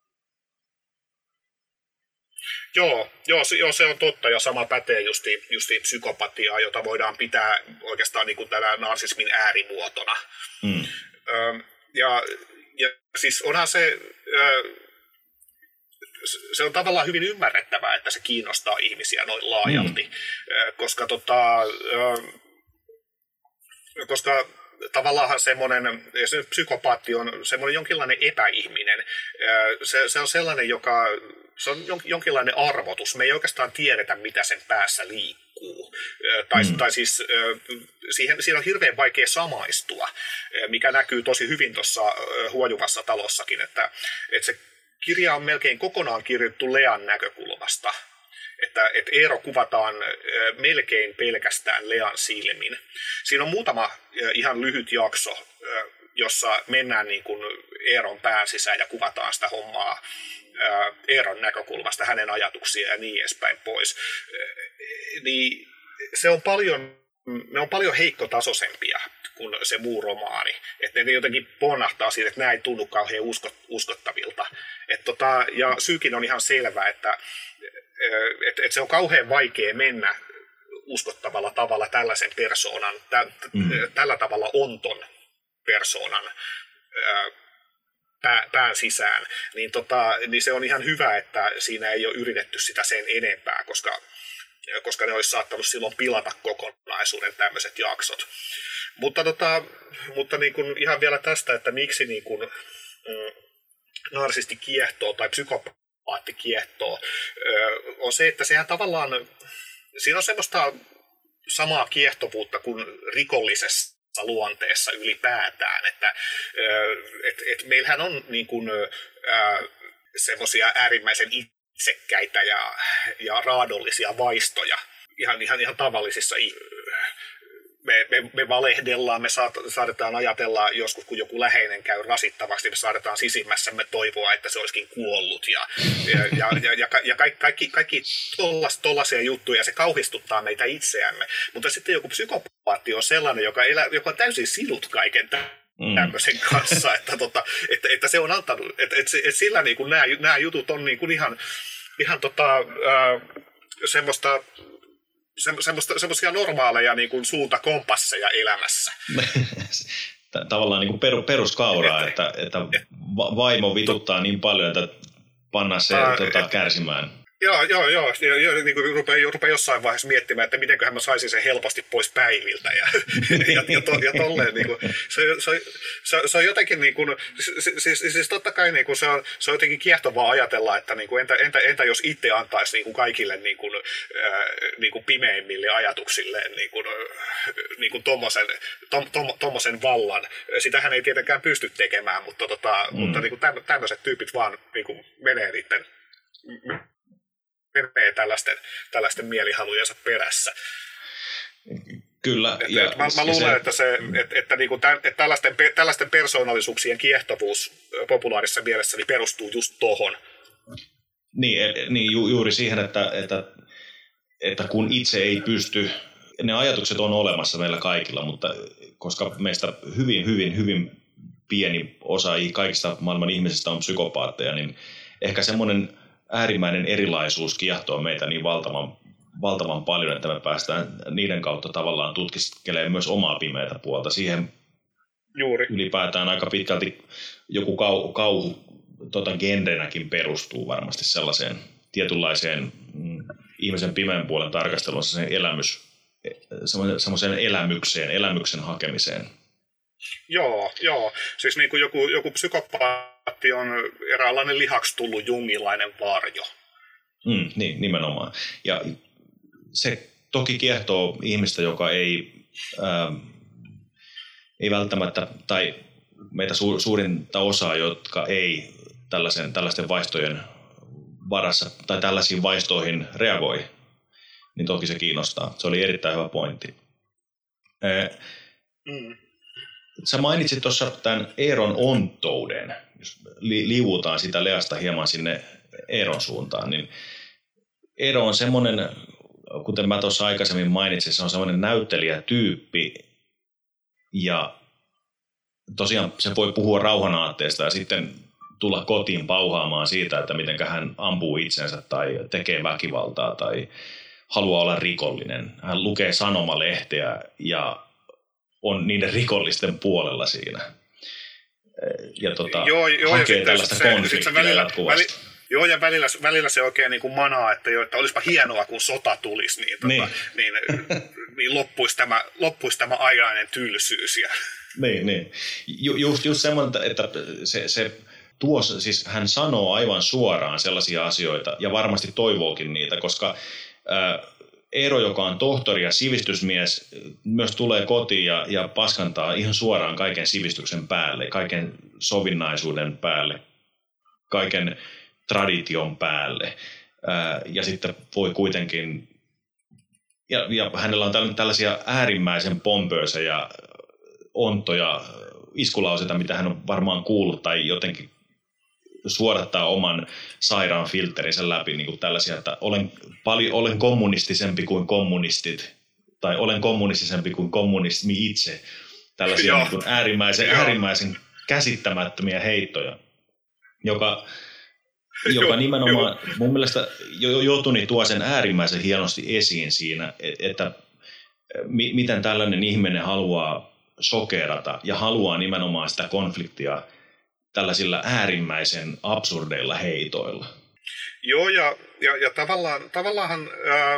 Joo, joo, se, joo, se on totta, ja sama pätee justiin, justiin psykopatiaa, jota voidaan pitää oikeastaan niin kuin tällä narsismin äärimuotona. Mm. Ö, ja, ja siis onhan se, ö, se on tavallaan hyvin ymmärrettävää, että se kiinnostaa ihmisiä noin laajalti, mm. ö, koska, tota, ö, koska tavallaan semmoinen, se psykopaatti on semmoinen jonkinlainen epäihminen, se, se on sellainen, joka se on jonkinlainen arvotus. Me ei oikeastaan tiedetä, mitä sen päässä liikkuu. Tai, mm. tai siis siihen, siihen on hirveän vaikea samaistua, mikä näkyy tosi hyvin tuossa Huojuvassa talossakin, että, että se kirja on melkein kokonaan kirjoitettu Lean näkökulmasta. Että, että Eero kuvataan melkein pelkästään Lean silmin. Siinä on muutama ihan lyhyt jakso, jossa mennään niin kuin Eeron pään sisään ja kuvataan sitä hommaa Eeron näkökulmasta, hänen ajatuksia ja niin edespäin pois. Niin se on paljon, ne on paljon heikkotasoisempia kuin se muu romaani. Että ne jotenkin ponnahtaa siitä, että nämä ei tunnu kauhean uskottavilta. Et tota, ja syykin on ihan selvä, että et, et se on kauhean vaikea mennä uskottavalla tavalla tällaisen persoonan, tä, mm. tällä tavalla onton persoonan pää, pään sisään, niin, tota, niin se on ihan hyvä, että siinä ei ole yritetty sitä sen enempää, koska, koska ne olisi saattanut silloin pilata kokonaisuuden tämmöiset jaksot. Mutta, tota, mutta niin kuin ihan vielä tästä, että miksi niin kuin, mm, narsisti kiehtoo tai psykopaatti kiehtoo, on se, että sehän tavallaan, siinä on semmoista samaa kiehtovuutta kuin rikollisessa luonteessa ylipäätään, että et, et meillähän on niin kuin, semmoisia äärimmäisen itsekkäitä ja, ja raadollisia vaistoja ihan, ihan, ihan tavallisissa Me, me, me valehdellaan, me saat, saadetaan ajatella joskus, kun joku läheinen käy rasittavasti, me saadetaan sisimmässämme toivoa, että se olisikin kuollut. Ja, ja, ja, ja, ja, ja kaikki, kaikki, kaikki tollaisia juttuja, se kauhistuttaa meitä itseämme. Mutta sitten joku psykopaatti on sellainen, joka, elää, joka on täysin sinut kaiken tämmöisen kanssa, että, tota, että, että se on antanut, että, että, että sillä niin kuin nämä, nämä jutut on niin kuin ihan, ihan tota, äh, semmoista, semmoisia normaaleja niin kuin suuntakompasseja elämässä. Tavallaan niin kuin peruskauraa, että, että, että vaimo vituttaa niin paljon, että panna se ää, tota, et, kärsimään. Joo, joo, joo. Ja, niin kuin rupeaa, rupeaa jossain vaiheessa miettimään, että mitenköhän mä saisin sen helposti pois päiviltä. Ja, ja, ja, to, ja tolleen, niin kuin, se, se, se, se on jotenkin, niin kuin, siis, siis totta kai niin kuin se, on, se on jotenkin kiehtovaa ajatella, että niin kuin, entä, entä, entä jos itse antaisi niin kuin kaikille niin kuin, äh, niin kuin pimeimmille ajatuksilleen niin kuin, niin kuin tommosen, tom, tom, tommosen vallan. Sitähän ei tietenkään pysty tekemään, mutta, tota, mm. mutta niin kuin tämmöiset tyypit vaan niin kuin menee niiden menee tällaisten, tällaisten mielihalujensa perässä. Kyllä. Et, ja, et mä, mä luulen, se, että, se, et, että, niinku tä, että tällaisten, tällaisten persoonallisuuksien kiehtovuus populaarissa mielessä niin perustuu just tohon. Niin, niin ju, juuri siihen, että, että, että kun itse ei pysty, ne ajatukset on olemassa meillä kaikilla, mutta koska meistä hyvin, hyvin, hyvin pieni osa kaikista maailman ihmisistä on psykopaatteja, niin ehkä semmoinen äärimmäinen erilaisuus kiehtoo meitä niin valtavan, valtavan paljon, että me päästään niiden kautta tavallaan tutkiskelemaan myös omaa pimeätä puolta. Siihen Juuri. Ylipäätään aika pitkälti joku kauhu, kauhu tota genrenäkin perustuu varmasti sellaiseen tietynlaiseen mm, ihmisen pimeän puolen tarkasteluun, sellaiseen elämys, semmoiseen elämykseen, elämyksen hakemiseen. Joo, joo. Siis niin kuin joku, joku psykopaatti on eräänlainen lihaksi tullut jungilainen varjo. Mm, niin, nimenomaan. Ja se toki kiehtoo ihmistä, joka ei, ää, ei välttämättä, tai meitä su, suurinta osaa, jotka ei tällaisen, tällaisten vaistojen varassa tai tällaisiin vaistoihin reagoi, niin toki se kiinnostaa. Se oli erittäin hyvä pointti. Mm. Sä mainitsit tuossa tämän Eeron onttouden, jos li, liuutaan sitä Leasta hieman sinne Eeron suuntaan, niin Eero on semmoinen, kuten mä tuossa aikaisemmin mainitsin, se on semmoinen näyttelijätyyppi ja tosiaan se voi puhua rauhanaatteesta ja sitten tulla kotiin pauhaamaan siitä, että miten hän ampuu itsensä tai tekee väkivaltaa tai haluaa olla rikollinen. Hän lukee sanomalehteä ja on niiden rikollisten puolella siinä. Ja tota, joo, joo, hakee ja tällaista se, konfliktia se välillä, jatkuvasti. Väli, joo, ja välillä, välillä se oikein niin kuin manaa, että, jo, että olisipa hienoa, kun sota tulisi, niin, tota, niin. niin, niin loppuisi, tämä, loppuisi tämä ainainen tylsyys. Ja... Niin, niin. Ju, just, just semmoinen, että se, se tuo, siis hän sanoo aivan suoraan sellaisia asioita, ja varmasti toivookin niitä, koska ää, Eero, joka on tohtori ja sivistysmies, myös tulee kotiin ja, ja paskantaa ihan suoraan kaiken sivistyksen päälle, kaiken sovinnaisuuden päälle, kaiken tradition päälle. Ää, ja sitten voi kuitenkin, ja, ja hänellä on tällaisia äärimmäisen pompöösejä ontoja, iskulauseita, mitä hän on varmaan kuullut tai jotenkin suodattaa oman sairaan filterinsä läpi niin kuin tällaisia, että olen, paljon, olen kommunistisempi kuin kommunistit tai olen kommunistisempi kuin kommunismi itse. Tällaisia niin kuin äärimmäisen, äärimmäisen käsittämättömiä heittoja, joka, joka nimenomaan mun mielestä Jotuni tuo sen äärimmäisen hienosti esiin siinä, että miten tällainen ihminen haluaa sokerata ja haluaa nimenomaan sitä konfliktia tällaisilla äärimmäisen absurdeilla heitoilla. Joo, ja, ja, ja tavallaan, tavallaanhan ää,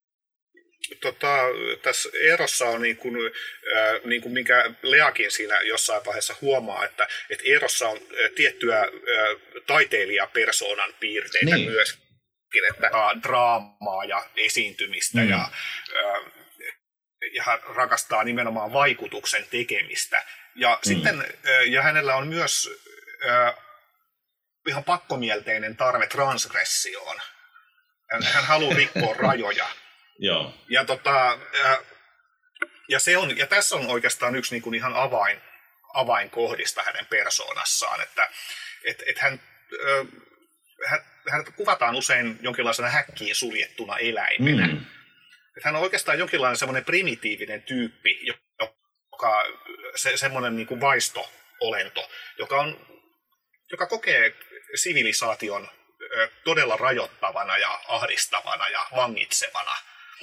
tota, tässä Eerossa on niin kuin, ää, niin kuin minkä Leakin siinä jossain vaiheessa huomaa, että, että Eerossa on ää, tiettyä ää, taiteilijapersoonan piirteitä niin. myöskin, että ää, draamaa ja esiintymistä mm. ja, ää, ja hän rakastaa nimenomaan vaikutuksen tekemistä. Ja, mm. sitten, ää, ja hänellä on myös Äh, ihan pakkomielteinen tarve transgressioon. Hän, hän haluaa rikkoa rajoja. Joo. Ja, tota, äh, ja, se on, ja tässä on oikeastaan yksi niin kuin ihan avain, avainkohdista hänen persoonassaan, että et, et hän, äh, hän, hänet kuvataan usein jonkinlaisena häkkiin suljettuna eläimenä. Mm. Et hän on oikeastaan jonkinlainen semmoinen primitiivinen tyyppi, joka se, semmoinen niin kuin vaisto-olento, joka on joka kokee sivilisaation todella rajoittavana ja ahdistavana ja vangitsevana.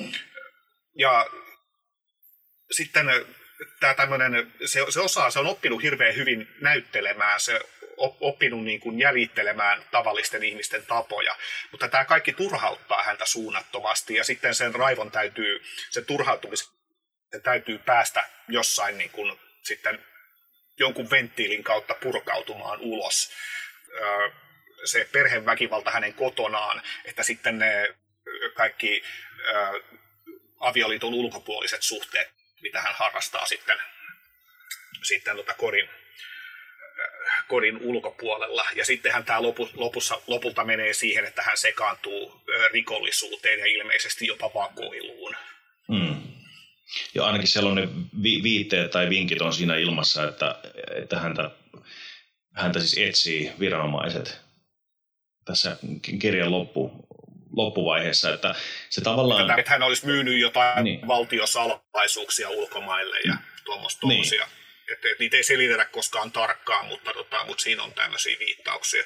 Ja sitten tämä tämmöinen, se, se osaa, se on oppinut hirveän hyvin näyttelemään, se on oppinut niin kuin jäljittelemään tavallisten ihmisten tapoja, mutta tämä kaikki turhauttaa häntä suunnattomasti ja sitten sen raivon täytyy, sen turhautumisen täytyy päästä jossain niin kuin sitten jonkun venttiilin kautta purkautumaan ulos. Se perheväkivalta hänen kotonaan, että sitten ne kaikki avioliiton ulkopuoliset suhteet, mitä hän harrastaa sitten, sitten tota kodin, kodin ulkopuolella. Ja sittenhän tämä lopu, lopussa, lopulta menee siihen, että hän sekaantuu rikollisuuteen ja ilmeisesti jopa vakoiluun. Mm. Ja ainakin sellainen vi- viitteet tai vinkit on siinä ilmassa, että, että häntä, häntä siis etsii viranomaiset tässä kirjan loppu, loppuvaiheessa. Että se tavallaan... Että hän olisi myynyt jotain niin. valtiosalaisuuksia ulkomaille ja tuommoista tuommoisia. Niin. Että, että niitä ei selitetä koskaan tarkkaan, mutta, tota, mutta siinä on tämmöisiä viittauksia.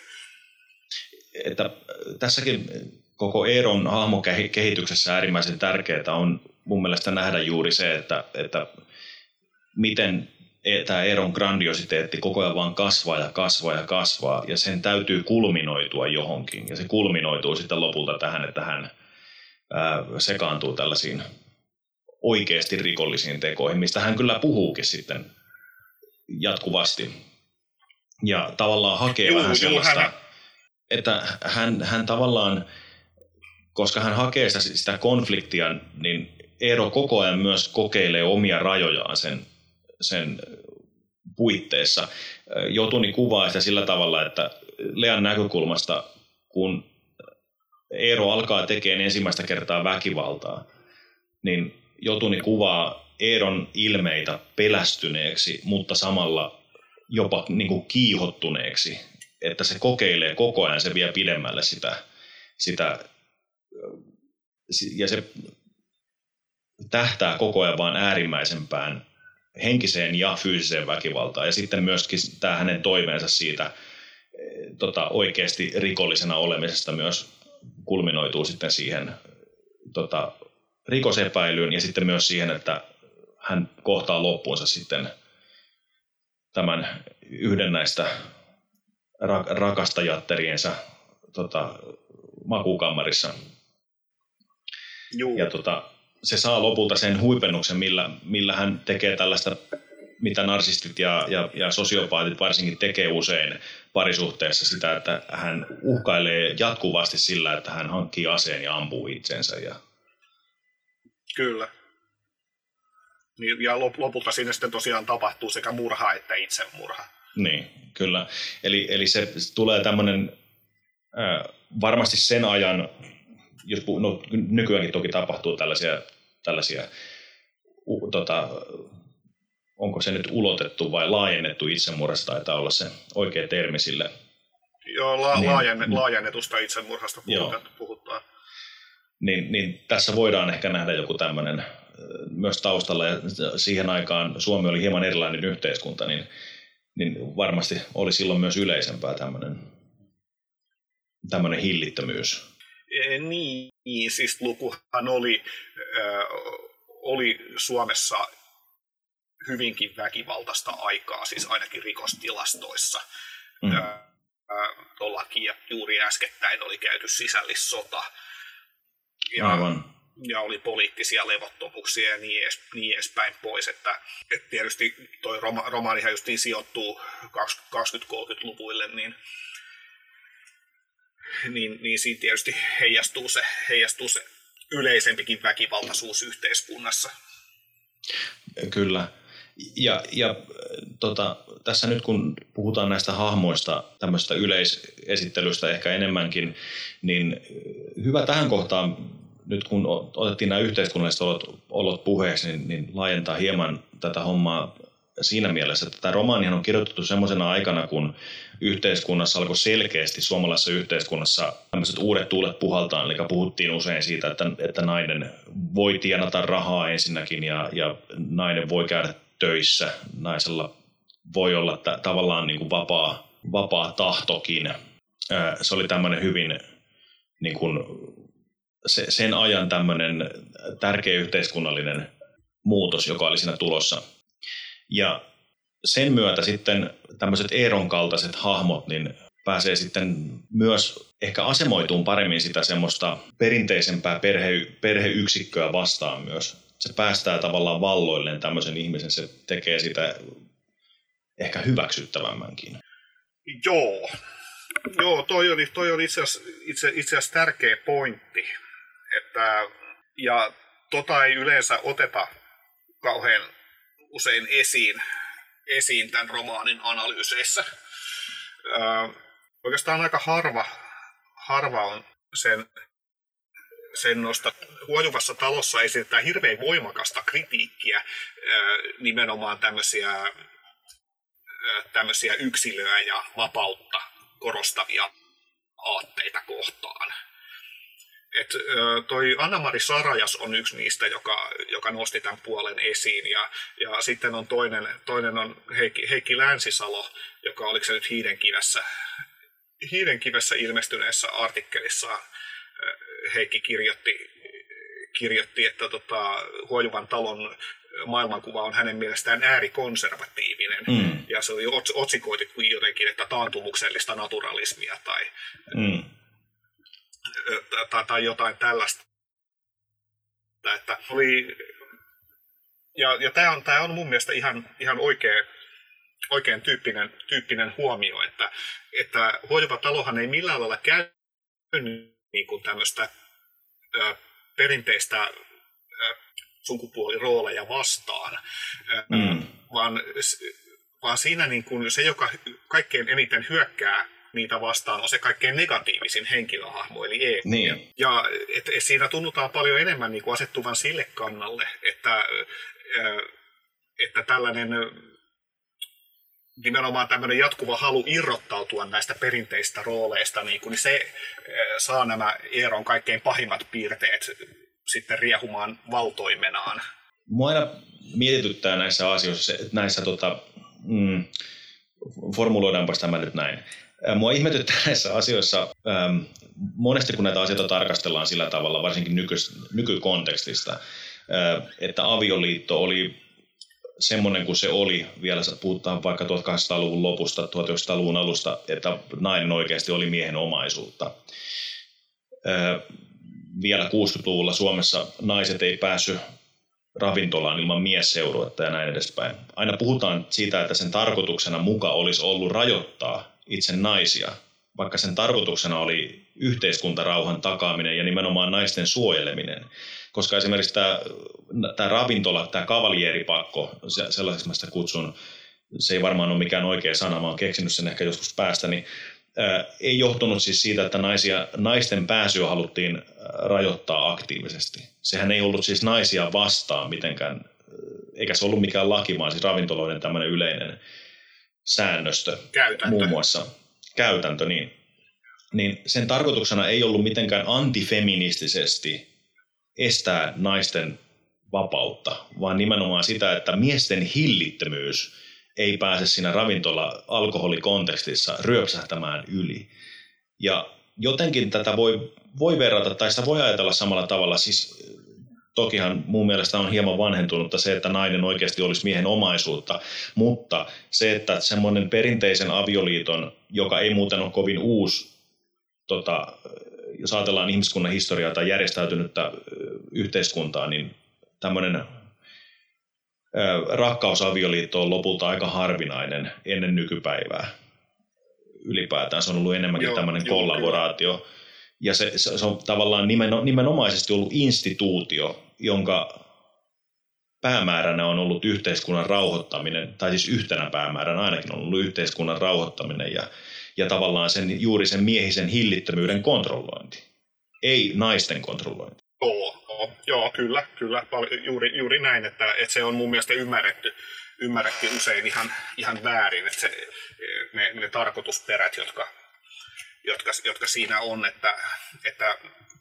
Että tässäkin koko Eeron hahmokehityksessä äärimmäisen tärkeää on mun mielestä nähdä juuri se, että, että miten tämä Eeron grandiositeetti koko ajan vaan kasvaa ja kasvaa ja kasvaa, ja sen täytyy kulminoitua johonkin. Ja se kulminoituu sitten lopulta tähän, että hän ää, sekaantuu tällaisiin oikeasti rikollisiin tekoihin, mistä hän kyllä puhuukin sitten jatkuvasti. Ja tavallaan hakee juu, vähän sellaista, juu, hän... että hän, hän tavallaan, koska hän hakee sitä, sitä konfliktia, niin Eero koko ajan myös kokeilee omia rajojaan sen, sen puitteissa. Jotuni kuvaa sitä sillä tavalla, että Lean näkökulmasta, kun Eero alkaa tekemään ensimmäistä kertaa väkivaltaa, niin Jotuni kuvaa Eeron ilmeitä pelästyneeksi, mutta samalla jopa niin kuin kiihottuneeksi, että se kokeilee koko ajan, se vie pidemmälle sitä, sitä ja se tähtää koko ajan vaan äärimmäisempään henkiseen ja fyysiseen väkivaltaan. Ja sitten myöskin tämä hänen toiveensa siitä tota, oikeasti rikollisena olemisesta myös kulminoituu sitten siihen tota, rikosepäilyyn ja sitten myös siihen, että hän kohtaa loppuunsa sitten tämän yhden näistä ra- rakastajatteriensa tota, makuukammarissa. Juu. Ja tota, se saa lopulta sen huipennuksen, millä, millä hän tekee tällaista, mitä narsistit ja, ja, ja sosiopaatit varsinkin tekee usein parisuhteessa, sitä, että hän uhkailee jatkuvasti sillä, että hän hankkii aseen ja ampuu itsensä. Ja... Kyllä. Ja lopulta siinä sitten tosiaan tapahtuu sekä murha että itsemurha. Niin, kyllä. Eli, eli se tulee tämmöinen äh, varmasti sen ajan, jos pu, no, nykyäänkin toki tapahtuu tällaisia, tällaisia uh, tota, onko se nyt ulotettu vai laajennettu itsemurhasta, taitaa olla se oikea termi sille. Joo, la- niin, laajenne, laajennetusta itsemurhasta puhutaan. puhutaan. Niin, niin tässä voidaan ehkä nähdä joku tämmöinen myös taustalla, ja siihen aikaan Suomi oli hieman erilainen yhteiskunta, niin, niin varmasti oli silloin myös yleisempää tämmöinen, tämmöinen hillittömyys. E, niin, siis lukuhan oli, äh, oli Suomessa hyvinkin väkivaltaista aikaa, siis ainakin rikostilastoissa. Mm. Äh, Tuollakin ja juuri äskettäin oli käyty sisällissota. Ja, Aivan. ja oli poliittisia levottomuuksia ja niin, edes, niin edespäin pois. Että, että tietysti toi roma, romaanihan justiin sijoittuu kaksikymmentä-kolmekymmentäluvuille, niin, niin, niin siinä tietysti heijastuu se, heijastuu se yleisempikin väkivaltaisuus yhteiskunnassa. Kyllä. Ja, ja tota, tässä nyt kun puhutaan näistä hahmoista, tämmöistä yleisesittelystä ehkä enemmänkin, niin hyvä tähän kohtaan, nyt kun otettiin nämä yhteiskunnalliset olot, olot puheeksi, niin, niin laajentaa hieman tätä hommaa siinä mielessä, että tämä romaanihan on kirjoitettu semmoisena aikana, kun yhteiskunnassa alkoi selkeästi, suomalaisessa yhteiskunnassa tämmöiset uudet tuulet puhaltaan, eli puhuttiin usein siitä, että, että nainen voi tienata rahaa ensinnäkin ja, ja nainen voi käydä töissä, naisella voi olla t- tavallaan niin kuin vapaa, vapaa tahtokin. Se oli tämmöinen hyvin niin kuin se, sen ajan tämmöinen tärkeä yhteiskunnallinen muutos, joka oli siinä tulossa. Ja sen myötä sitten tämmöiset Eeron kaltaiset hahmot niin pääsee sitten myös ehkä asemoituun paremmin sitä semmoista perinteisempää perhe, perheyksikköä vastaan myös. Se päästää tavallaan valloilleen tämmöisen ihmisen, se tekee sitä ehkä hyväksyttävämmänkin. Joo, Joo toi oli, toi oli itse asiassa, itse, itse asiassa tärkeä pointti. Että, ja tota ei yleensä oteta kauhean usein esiin, esiin tämän romaanin analyyseissä. Öö, oikeastaan aika harva, harva on sen, sen nosta. Huojuvassa talossa esitetään hirveän voimakasta kritiikkiä öö, nimenomaan tämmöisiä, öö, tämmöisiä yksilöä ja vapautta korostavia aatteita kohtaan. Et, toi Anna-Mari Sarajas on yksi niistä, joka, joka nosti tämän puolen esiin, ja, ja sitten on toinen, toinen on Heikki, Heikki Länsisalo, joka oliko se nyt Hiidenkivessä, Hiidenkivessä ilmestyneessä artikkelissa Heikki kirjoitti, kirjoitti että tota, Huojuvan talon maailmankuva on hänen mielestään äärikonservatiivinen, mm. ja se oli otsikoitu jotenkin, että taantumuksellista naturalismia tai... Mm. Tai, tai jotain tällaista. Että oli, ja ja tämä on, on mun mielestä ihan, ihan oikea, oikein tyyppinen, tyyppinen huomio, että, että Huojuva talohan ei millään lailla käy niin kuin tämmöistä ö, perinteistä ö, sukupuolirooleja vastaan, mm. vaan vaan siinä niin kuin se, joka kaikkein eniten hyökkää niitä vastaan, on se kaikkein negatiivisin henkilöhahmo, eli Eetu. Niin. Ja et, et siinä tunnutaan paljon enemmän niin kuin asettuvan sille kannalle, että, että tällainen nimenomaan tämmöinen jatkuva halu irrottautua näistä perinteistä rooleista, niin, niin se saa nämä Eeron kaikkein pahimmat piirteet sitten riehumaan valtoimenaan. Mua aina mietityttää näissä asioissa, näissä tota, mm, formuloidaanpas tämä nyt näin. Mua ihmetyttää näissä asioissa, ähm, monesti kun näitä asioita tarkastellaan sillä tavalla, varsinkin nyky, nykykontekstista, äh, että avioliitto oli semmoinen kuin se oli, vielä puhutaan vaikka tuhatkahdeksansataaluvun lopusta, tuhatyhdeksänsataaluvun alusta, että nainen oikeasti oli miehen omaisuutta. Äh, vielä kuusikymmentäluvulla Suomessa naiset ei päässyt ravintolaan ilman miesseuruetta ja näin edespäin. Aina puhutaan siitä, että sen tarkoituksena muka olisi ollut rajoittaa itse naisia, vaikka sen tarkoituksena oli yhteiskuntarauhan takaaminen ja nimenomaan naisten suojeleminen. Koska esimerkiksi tämä, tämä ravintola, tämä kavalieripakko, sellaiseksi mä sitä kutsun, se ei varmaan ole mikään oikea sana, mä oon keksinyt sen ehkä joskus päästä, niin ää, ei johtunut siis siitä, että naisia, naisten pääsyä haluttiin rajoittaa aktiivisesti. Sehän ei ollut siis naisia vastaan mitenkään, eikä se ollut mikään laki, vaan siis ravintoloiden tämmöinen yleinen säännöstö. Käytäntö. Muun muassa. Käytäntö, niin. Niin sen tarkoituksena ei ollut mitenkään antifeministisesti estää naisten vapautta, vaan nimenomaan sitä, että miesten hillittömyys ei pääse siinä ravintola-alkoholikontekstissa ryöpsähtämään yli. Ja jotenkin tätä voi, voi verrata, tai sitä voi ajatella samalla tavalla, siis tokihan mun mielestä on hieman vanhentunutta se, että nainen oikeasti olisi miehen omaisuutta, mutta se, että semmoinen perinteisen avioliiton, joka ei muuten ole kovin uusi, tota, jos ajatellaan ihmiskunnan historiaa tai järjestäytynyttä yhteiskuntaa, niin tämmöinen rakkausavioliitto on lopulta aika harvinainen ennen nykypäivää. Ylipäätään se on ollut enemmänkin joo, tämmöinen joo, kollaboraatio. Kyllä. Ja se, se on tavallaan nimenomaisesti ollut instituutio, jonka päämääränä on ollut yhteiskunnan rauhoittaminen, tai siis yhtenä päämääränä ainakin on ollut yhteiskunnan rauhoittaminen ja, ja tavallaan sen, juuri sen miehisen hillittömyyden kontrollointi, ei naisten kontrollointi. Oo, oo, joo, kyllä, kyllä, juuri, juuri näin, että, että se on mun mielestä ymmärretty, ymmärretty usein ihan, ihan väärin, että se, ne, ne tarkoitusperät, jotka Jotka, jotka siinä on, että, että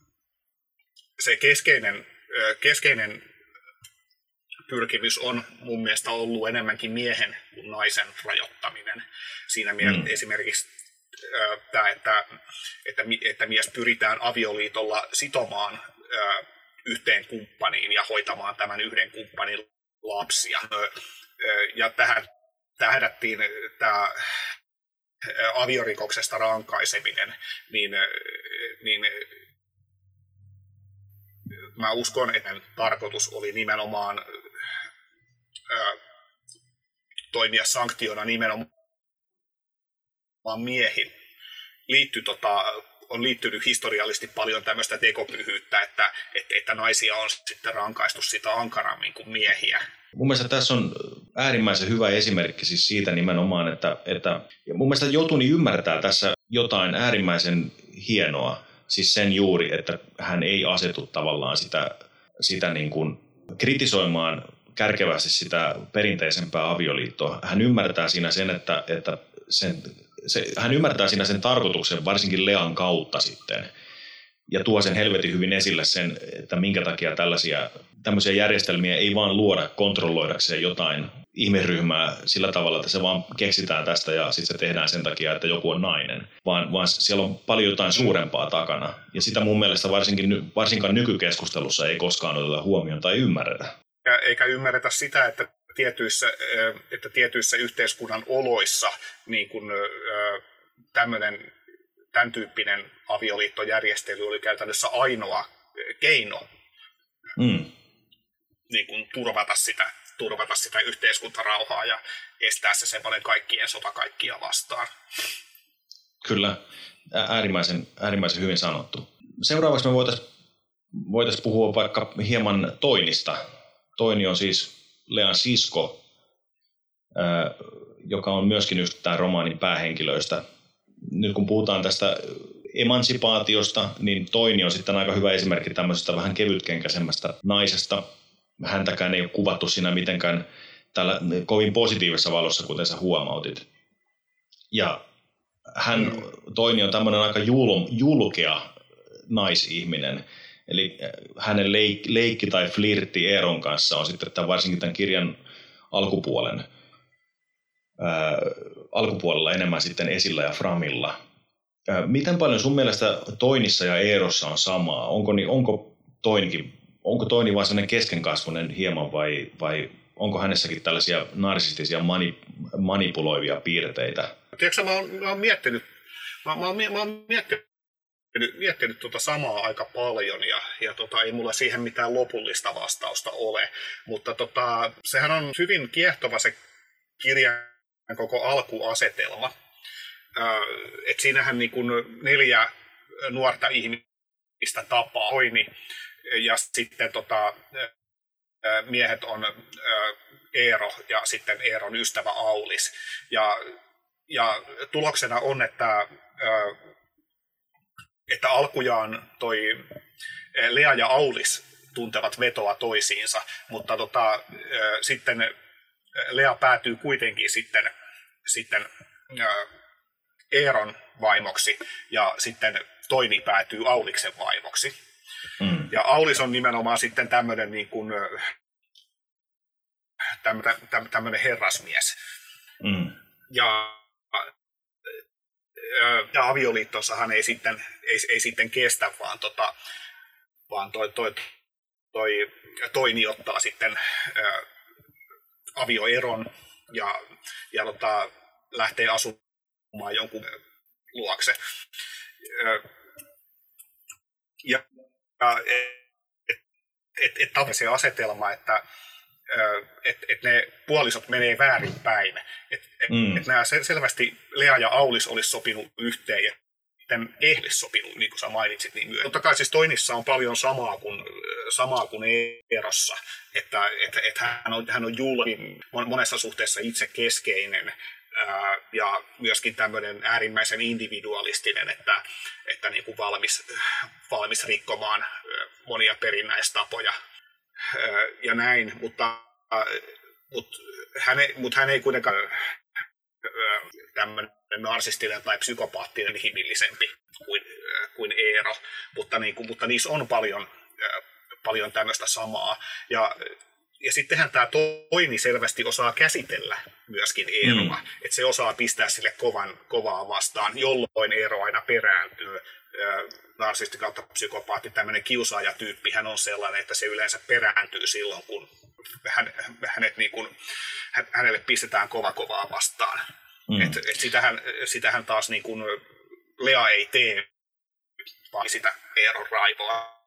se keskeinen, keskeinen pyrkimys on mun mielestä ollut enemmänkin miehen kuin naisen rajoittaminen. Siinä mm. esimerkiksi tämä, että, että, että mies pyritään avioliitolla sitomaan yhteen kumppaniin ja hoitamaan tämän yhden kumppanin lapsia. Ja tähän tähdättiin tämä aviorikoksesta rankaiseminen, niin, niin mä uskon, että tarkoitus oli nimenomaan ää, toimia sanktiona nimenomaan miehiin. Liitty, tota, on liittynyt historiallisesti paljon tämmöistä tekopyhyyttä, että, että, että naisia on sitten rankaistu sitä ankarammin kuin miehiä. Mun mielestä tässä on äärimmäisen hyvä esimerkki siis siitä nimenomaan, että, että ja mun mielestä Jotuni ymmärtää tässä jotain äärimmäisen hienoa, siis sen juuri, että hän ei asetu tavallaan sitä, sitä niin kuin kritisoimaan kärkevästi sitä perinteisempää avioliittoa. Hän ymmärtää siinä sen, että, että sen, se, hän ymmärtää siinä sen tarkoituksen varsinkin Lean kautta sitten. Ja tuo sen helvetin hyvin esille sen, että minkä takia tällaisia tämmöisiä järjestelmiä ei vaan luoda kontrolloidakseen jotain ihmisryhmää sillä tavalla, että se vaan keksitään tästä ja sitten se tehdään sen takia, että joku on nainen. Vaan, vaan siellä on paljon jotain suurempaa takana. Ja sitä mun mielestä varsinkin, varsinkaan nykykeskustelussa ei koskaan oteta huomioon tai ymmärretä. Eikä ymmärretä sitä, että tietyissä, että tietyissä yhteiskunnan oloissa niin kun, tämmöinen tämän tyyppinen avioliittojärjestely oli käytännössä ainoa keino mm. niin kuin turvata, sitä, turvata sitä yhteiskuntarauhaa ja estää se semmoinen kaikkien sota kaikkia vastaan. Kyllä, äärimmäisen, äärimmäisen hyvin sanottu. Seuraavaksi me voitaisiin voitais puhua vaikka hieman Toinista. Toini on siis Lean sisko. joka on myöskin just tämän romaanin päähenkilöistä. Nyt kun puhutaan tästä emansipaatiosta, niin Toini on sitten aika hyvä esimerkki tämmöisestä vähän kevytkenkäisemmästä naisesta. Häntäkään ei ole kuvattu siinä mitenkään tällä kovin positiivisessa valossa, kuten sä huomautit. Ja hän, Toini on tämmöinen aika jul, julkea naisihminen. Eli hänen leik, leikki tai flirtti Eeron kanssa on sitten tämän, varsinkin tämän kirjan alkupuolen, ää, alkupuolella enemmän sitten esillä ja framilla. Ää, miten paljon sun mielestä Toinissa ja Eerossa on samaa? Onko, niin, onko, Toinikin, onko Toini vain sellainen keskenkasvuinen hieman vai, vai onko hänessäkin tällaisia narsistisia mani, manipuloivia piirteitä? Tiedätkö, mä oon, mä oon miettinyt, mä, mä oon, mä oon miettinyt, miettinyt tuota samaa aika paljon ja, ja tota, ei mulla siihen mitään lopullista vastausta ole, mutta tota, sehän on hyvin kiehtova se kirjan koko alkuasetelma. Äh, et siinähän niin kun neljä nuorta ihmistä tapaa Toini ja sitten tota, miehet on äh, Eero ja sitten Eeron ystävä Aulis. Ja, ja tuloksena on, että, äh, että alkujaan toi Lea ja Aulis tuntevat vetoa toisiinsa, mutta tota, äh, sitten Lea päätyy kuitenkin sitten, sitten äh, Eeron vaimoksi ja sitten Toini päätyy Auliksen vaimoksi. Mm. Ja Aulis on nimenomaan sitten tämmöinen niin kuin, tämmöinen herrasmies. Mm. Ja, ja avioliittossahan ei sitten, ei, ei sitten kestä, vaan, tota, vaan toi, toi, toi Toini ottaa sitten ä, avioeron ja, ja tota, lähtee asumaan jonkun luokse. Ja että et, et, et se asetelma, että et, et ne puolisot menee väärinpäin. Että et, mm. et nämä selvästi Lea ja Aulis olisi sopinut yhteen ja Ehlis sopinut, niin kuin sä mainitsit. Niin totta kai siis Toinissa on paljon samaa kuin, samaa kuin Eerossa. Että et, et hän on, hän on julkin monessa suhteessa itsekeskeinen. Ja myöskin tämmöinen äärimmäisen individualistinen, että, että niin kuin valmis, valmis rikkomaan monia perinnäistapoja ja näin, mutta, mutta, hän, ei, mutta hän ei kuitenkaan tämmöinen narsistinen tai psykopaattinen inhimillisempi kuin, kuin Eero, mutta, niin kuin, mutta niissä on paljon, paljon tämmöistä samaa. Ja Ja sittenhän tämä Toini selvästi osaa käsitellä myöskin Eeroa, mm. että se osaa pistää sille kovan, kovaa vastaan, jolloin Eero aina perääntyy. Narsisti kautta psykopaatti, tämmöinen kiusaajatyyppi, hän on sellainen, että se yleensä perääntyy silloin, kun hän, hänet, niin kun, hänelle pistetään kova kovaa vastaan. Mm. Et, et sitähän, sitähän taas niin kun Lea ei tee, vaan sitä Eeron raivoa.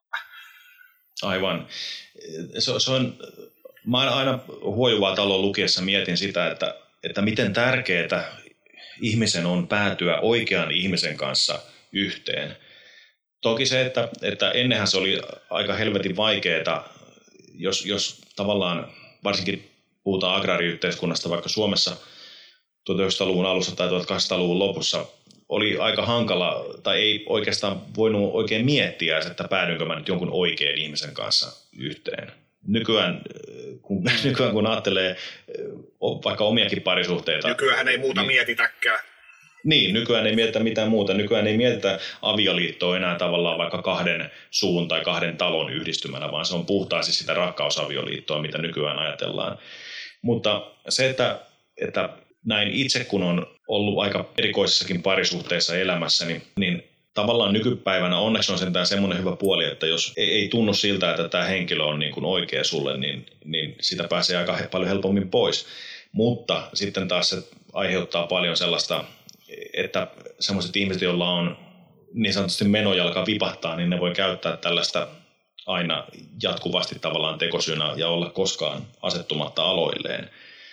Aivan. Se, se on... Mä aina Huojuvaa taloa lukiessa mietin sitä, että, että miten tärkeää ihmisen on päätyä oikean ihmisen kanssa yhteen. Toki se, että, että ennenhän se oli aika helvetin vaikeaa, jos, jos tavallaan varsinkin puhutaan agraariyhteiskunnasta, vaikka Suomessa tuhatyhdeksänsataaluvun alussa tai tuhatkahdeksansataaluvun lopussa oli aika hankala, tai ei oikeastaan voinut oikein miettiä, että päädynkö mä nyt jonkun oikean ihmisen kanssa yhteen. Nykyään kun, nykyään, kun ajattelee vaikka omiakin parisuhteita... Nykyään ei muuta niin, mietitäkään. Niin, nykyään ei mietitä mitään muuta. Nykyään ei mietitä avioliittoa enää tavallaan vaikka kahden suun tai kahden talon yhdistymänä, vaan se on puhtaasti sitä rakkausavioliittoa, mitä nykyään ajatellaan. Mutta se, että, että näin itse kun on ollut aika erikoisissakin parisuhteissa elämässä, niin, niin tavallaan nykypäivänä onneksi on sentään semmoinen hyvä puoli, että jos ei, ei tunnu siltä, että tämä henkilö on niin kuin oikea sulle, niin, niin sitä pääsee aika paljon helpommin pois. Mutta sitten taas se aiheuttaa paljon sellaista, että semmoiset ihmiset, joilla on niin sanotusti menojalka vipahtaa, niin ne voi käyttää tällaista aina jatkuvasti tavallaan tekosyynä ja olla koskaan asettumatta aloilleen.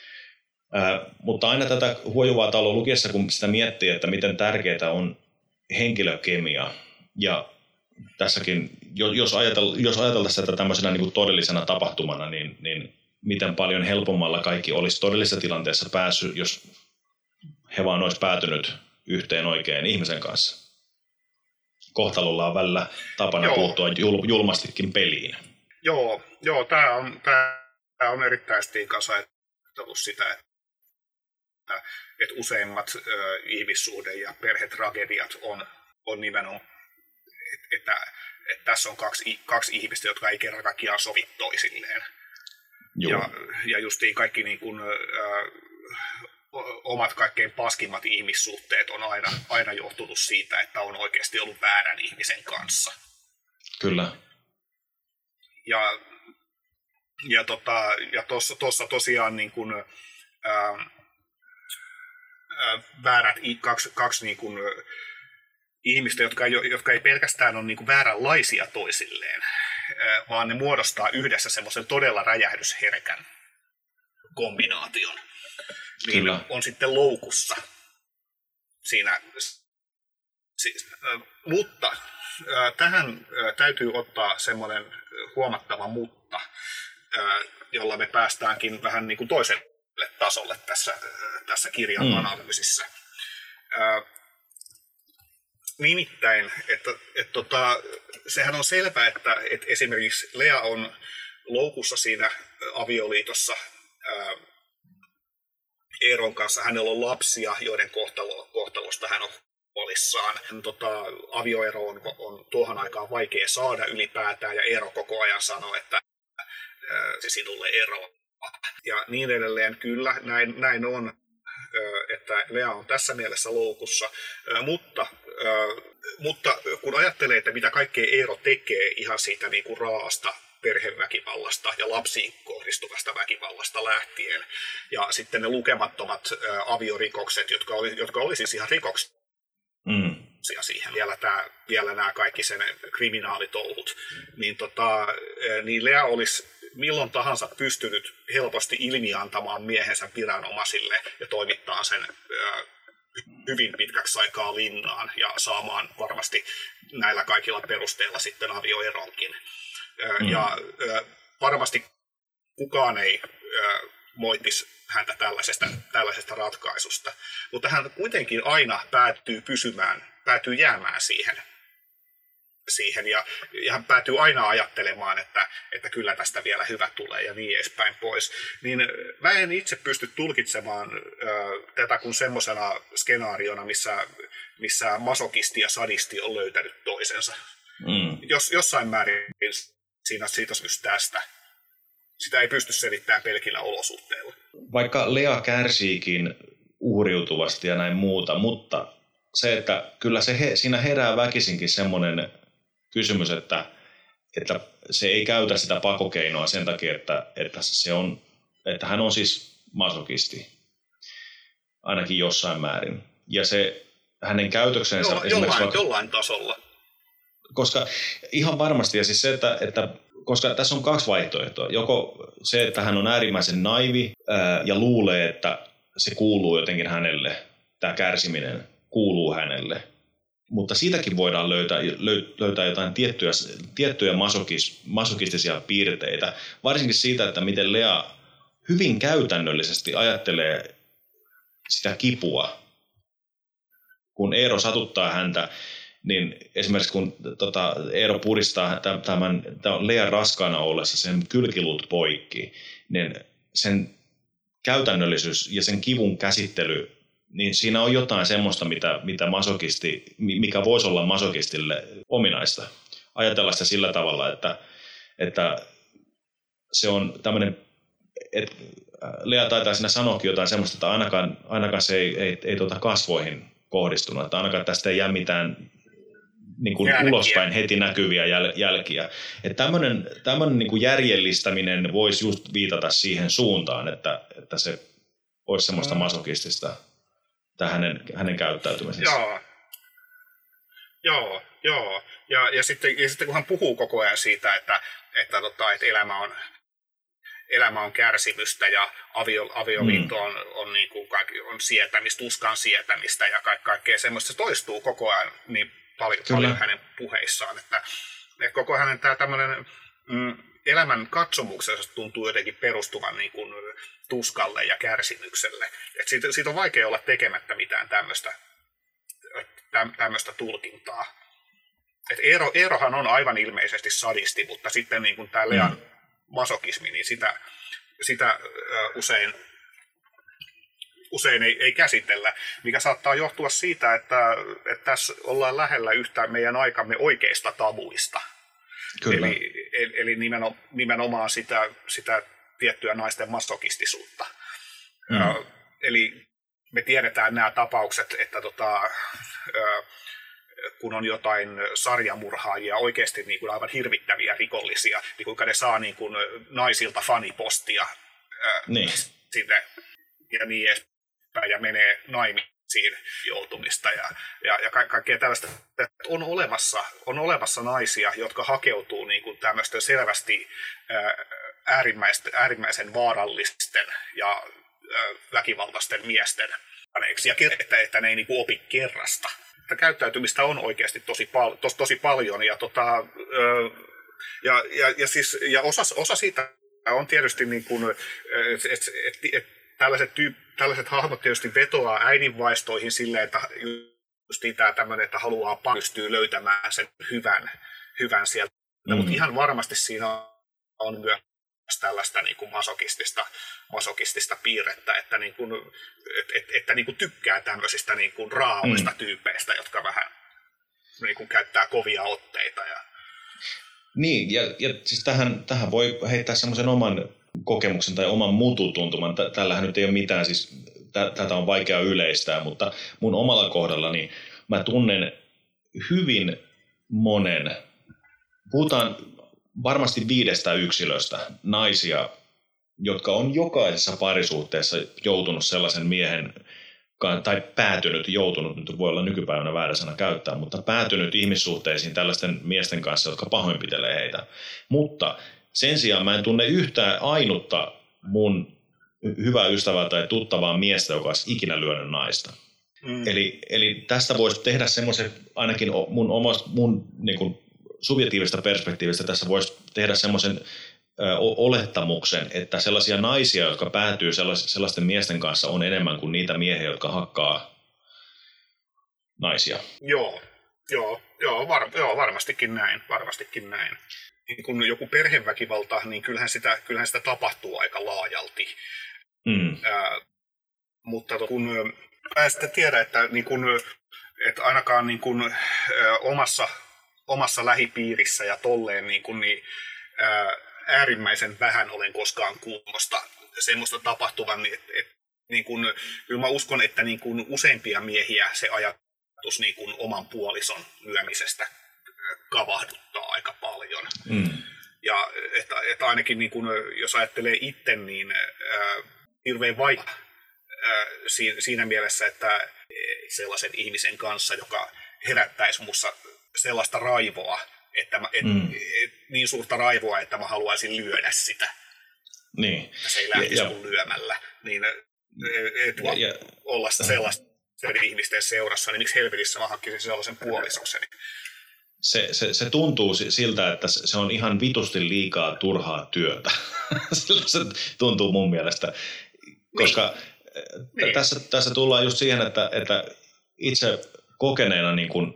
Ää, mutta aina tätä Huojuvaa taloa lukiessa, kun sitä miettii, että miten tärkeää on henkilökemia, ja tässäkin, jos, ajatel, jos ajateltaisiin tätä tämmöisenä niin kuin todellisena tapahtumana, niin, niin miten paljon helpommalla kaikki olisi todellisessa tilanteessa päässyt, jos he vaan olisi päätynyt yhteen oikein ihmisen kanssa. Kohtalolla on välillä tapana joo. puuttua jul, julmastikin peliin. Joo, joo tämä on, tää on erittäin kanssa ajatellut sitä, että, että useimmat ö, ihmissuhde- ja perhetragediat on, on nimenomaan, että, että, että tässä on kaksi, kaksi ihmistä, jotka ei kerran kaikkiaan sovi toisilleen. Ja, ja justiin kaikki niin kuin, ö, omat kaikkein paskimmat ihmissuhteet on aina, aina johtunut siitä, että on oikeasti ollut väärän ihmisen kanssa. Kyllä. Ja, ja, tota, ja tossa, tossa tosiaan niin kuin, ää, ää, väärät kaksi, kaksi niin kuin, ihmistä, jotka ei, jotka ei pelkästään ole niin kuin vääränlaisia toisilleen, ää, vaan ne muodostaa yhdessä semmoisen todella räjähdysherkän kombinaation. Niin Kyllä. on sitten loukussa siinä. Siis, äh, mutta äh, tähän äh, täytyy ottaa semmoinen huomattava mutta, äh, jolla me päästäänkin vähän niin kuin toiselle tasolle tässä, äh, tässä kirjan mm. analyysissä. Äh, nimittäin, että et, tota, sehän on selvää, että et esimerkiksi Lea on loukussa siinä avioliitossa äh, Eeron kanssa. Hänellä on lapsia, joiden kohtalo, kohtalosta hän on huolissaan. Tota, avioero on, on tuohon aikaan vaikea saada ylipäätään, ja Eero koko ajan sanoo, että ää, se sinulle eroaa. Ja niin edelleen, kyllä, näin, näin on, ää, että Lea on tässä mielessä loukussa, ää, mutta, ää, mutta kun ajattelee, että mitä kaikkea Eero tekee ihan siitä niin kuin raasta perheväkivallasta ja lapsiin kohdistuvasta väkivallasta lähtien. Ja sitten ne lukemattomat ä, aviorikokset, jotka oli, jotka oli siis ihan rikoksia mm. siihen. Vielä, tää, vielä nämä kaikki sen kriminaalitouhut. Niin, tota, ä, niin Lea olisi milloin tahansa pystynyt helposti ilmiantamaan miehensä viranomaisille ja toimittaa sen ä, hyvin pitkäksi aikaa linnaan ja saamaan varmasti näillä kaikilla perusteilla sitten avioeronkin. Mm. Ja ö, varmasti kukaan ei ö, moittisi häntä tällaisesta, tällaisesta ratkaisusta, mutta hän kuitenkin aina päätyy pysymään, päätyy jäämään siihen, siihen ja, ja hän päätyy aina ajattelemaan, että, että kyllä tästä vielä hyvä tulee ja niin edespäin pois. Niin mä en itse pysty tulkitsemaan ö, tätä kuin semmoisena skenaariona, missä, missä masokisti ja sadisti on löytänyt toisensa. Mm. Jos, jossain määrin Siinä siitä myös tästä. Sitä ei pysty selittämään pelkillä olosuhteilla. Vaikka Lea kärsiikin uhriutuvasti ja näin muuta, mutta se, että kyllä se he, siinä herää väkisinkin semmoinen kysymys, että, että se ei käytä sitä pakokeinoa sen takia, että, että, se on, että hän on siis masokisti, ainakin jossain määrin. Ja se hänen käytöksensä... Jo, jollain, vaikka, jollain tasolla. Koska ihan varmasti, ja siis se, että, että koska tässä on kaksi vaihtoehtoa. Joko se, että hän on äärimmäisen naivi ää, ja luulee, että se kuuluu jotenkin hänelle, tämä kärsiminen kuuluu hänelle. Mutta siitäkin voidaan löytää, löytää jotain tiettyjä, tiettyjä masokis, masokistisia piirteitä. Varsinkin siitä, että miten Lea hyvin käytännöllisesti ajattelee sitä kipua. Kun Eero satuttaa häntä, niin esimerkiksi kun tota, Eero puristaa tämän, tämän Lean raskaana ollessa sen kylkiluut poikki, niin sen käytännöllisyys ja sen kivun käsittely, niin siinä on jotain semmoista, mitä, mitä masokisti, mikä voisi olla masokistille ominaista. Ajatella sitä sillä tavalla, että, että se on tämmöinen, että Lea taitaa siinä sanoakin jotain semmoista, että ainakaan, ainakaan se ei, ei, ei tuota kasvoihin kohdistunut, että ainakaan tästä ei jää mitään niin kuin ulospäin heti näkyviä jäl, jälkiä. Että tämmöinen, tämmöinen niin kuin järjellistäminen voisi just viitata siihen suuntaan, että, että se olisi semmoista masokistista hänen, hänen käyttäytymisensä. Joo, joo, joo. Ja, ja, sitten, ja sitten kun hän puhuu koko ajan siitä, että, että, tota, että elämä, on, elämä on kärsimystä ja avio, avioliitto on, mm. on, niin kuin, on sietämistä, tuskan sietämistä ja ka- kaikkea semmoista, se toistuu koko ajan niin paljon, paljon hänen puheissaan. Että, että koko hänen tämä tämmöinen mm, elämän katsomuksensa tuntuu jotenkin perustuvan niin kuin tuskalle ja kärsimykselle. Et siitä, siitä on vaikea olla tekemättä mitään tämmöistä tämmöistä tulkintaa. Et Eero, Eerohan on aivan ilmeisesti sadisti, mutta sitten niin tämä Lean mm. masokismi, niin sitä, sitä uh, usein, usein ei, ei käsitellä, mikä saattaa johtua siitä, että, että tässä ollaan lähellä yhtä meidän aikamme oikeista tabuista. Kyllä. Eli, eli nimenomaan sitä, sitä tiettyä naisten masokistisuutta. Mm. Uh, eli me tiedetään nämä tapaukset, että tota, uh, kun on jotain sarjamurhaajia, oikeasti niin kuin aivan hirvittäviä rikollisia, niin kuinka ne saa niin kuin naisilta fanipostia ää, niin. sinne ja niin edespäin, ja menee naimisiin joutumista ja, ja, ja ka- kaikkea tällaista. On olemassa, on olemassa naisia, jotka hakeutuu niin kuin tämmöisten selvästi ää, äärimmäisen vaarallisten ja ää, väkivaltaisten miesten paneeksi, ja että, että ne ei niin kuin opi kerrasta. Käyttäytymistä on oikeasti tosi, pal- tos, tosi paljon ja, tota, ja, ja, ja, siis, ja osa, osa siitä on tietysti niin kuin, et, et, et, et, tällaiset, tyyp, tällaiset hahmot tietysti vetoaa äidinvaistoihin silleen, että just tämä tämmöinen, että haluaa pystyä löytämään sen hyvän, hyvän sieltä, mm-hmm. mutta ihan varmasti siinä on myös tällaista niin kuin masokistista, masokistista piirrettä, että, niin kuin, et, et, että niin kuin tykkää tämmöisistä niin kuin raaoista mm. tyypeistä, jotka vähän niin kuin käyttää kovia otteita. Ja... Niin, ja, ja siis tähän, tähän voi heittää semmoisen oman kokemuksen tai oman mututuntuman. Tällähän nyt ei ole mitään, siis tätä on vaikea yleistää, mutta mun omalla kohdallani mä tunnen hyvin monen, puhutaan varmasti viidestä yksilöstä, naisia, jotka on jokaisessa parisuhteessa joutunut sellaisen miehen, tai päätynyt, joutunut, nyt voi olla nykypäivänä väärä sana käyttää, mutta päätynyt ihmissuhteisiin tällaisten miesten kanssa, jotka pahoinpitelee heitä. Mutta sen sijaan mä en tunne yhtään ainutta mun hyvää ystävää tai tuttavaa miestä, joka olisi ikinä lyönyt naista. Mm. Eli, eli tästä voisi tehdä semmoisen, ainakin mun, omasta, mun niin kuin subjektiivista perspektiivistä tässä voisi tehdä semmoisen ö, olettamuksen, että sellaisia naisia, jotka päätyy sellaisten miesten kanssa, on enemmän kuin niitä miehiä, jotka hakkaa naisia. Joo, joo, joo, var, joo varmastikin näin, varmastikin näin. Niin kun joku perheväkivalta, niin kyllähän sitä, kyllähän sitä tapahtuu aika laajalti. Mm. Äh, mutta kun mä en sitten tiedä, että, niin kun, että ainakaan niin kun, äh, omassa omassa lähipiirissä ja tolleen niin kuin, niin, ää, äärimmäisen vähän olen koskaan kuulosta semmoista tapahtuvan, että et, niin kuin, kyllä mä uskon, että niin kuin useimpia miehiä se ajatus niin kuin oman puolison lyömisestä kavahduttaa aika paljon. Mm. Ja että, että ainakin niin kuin, jos ajattelee itse, niin ää, hirveän vaikea ää, siinä, siinä mielessä, että sellaisen ihmisen kanssa, joka herättäisi musta sellaista raivoa, että mä, et, mm. et, niin suurta raivoa, että mä haluaisin lyödä sitä. Niin. Että se ei lähtisi mun lyömällä. Niin et ja, ja, olla sellaisten ihmisten seurassa, niin miksi helvetissä mä hankkisin sellaisen puolisokseni? Se, se, se tuntuu siltä, että se on ihan vitusti liikaa turhaa työtä. Se tuntuu mun mielestä. Koska niin. tässä, tässä tullaan just siihen, että, että itse kokeneena niin kuin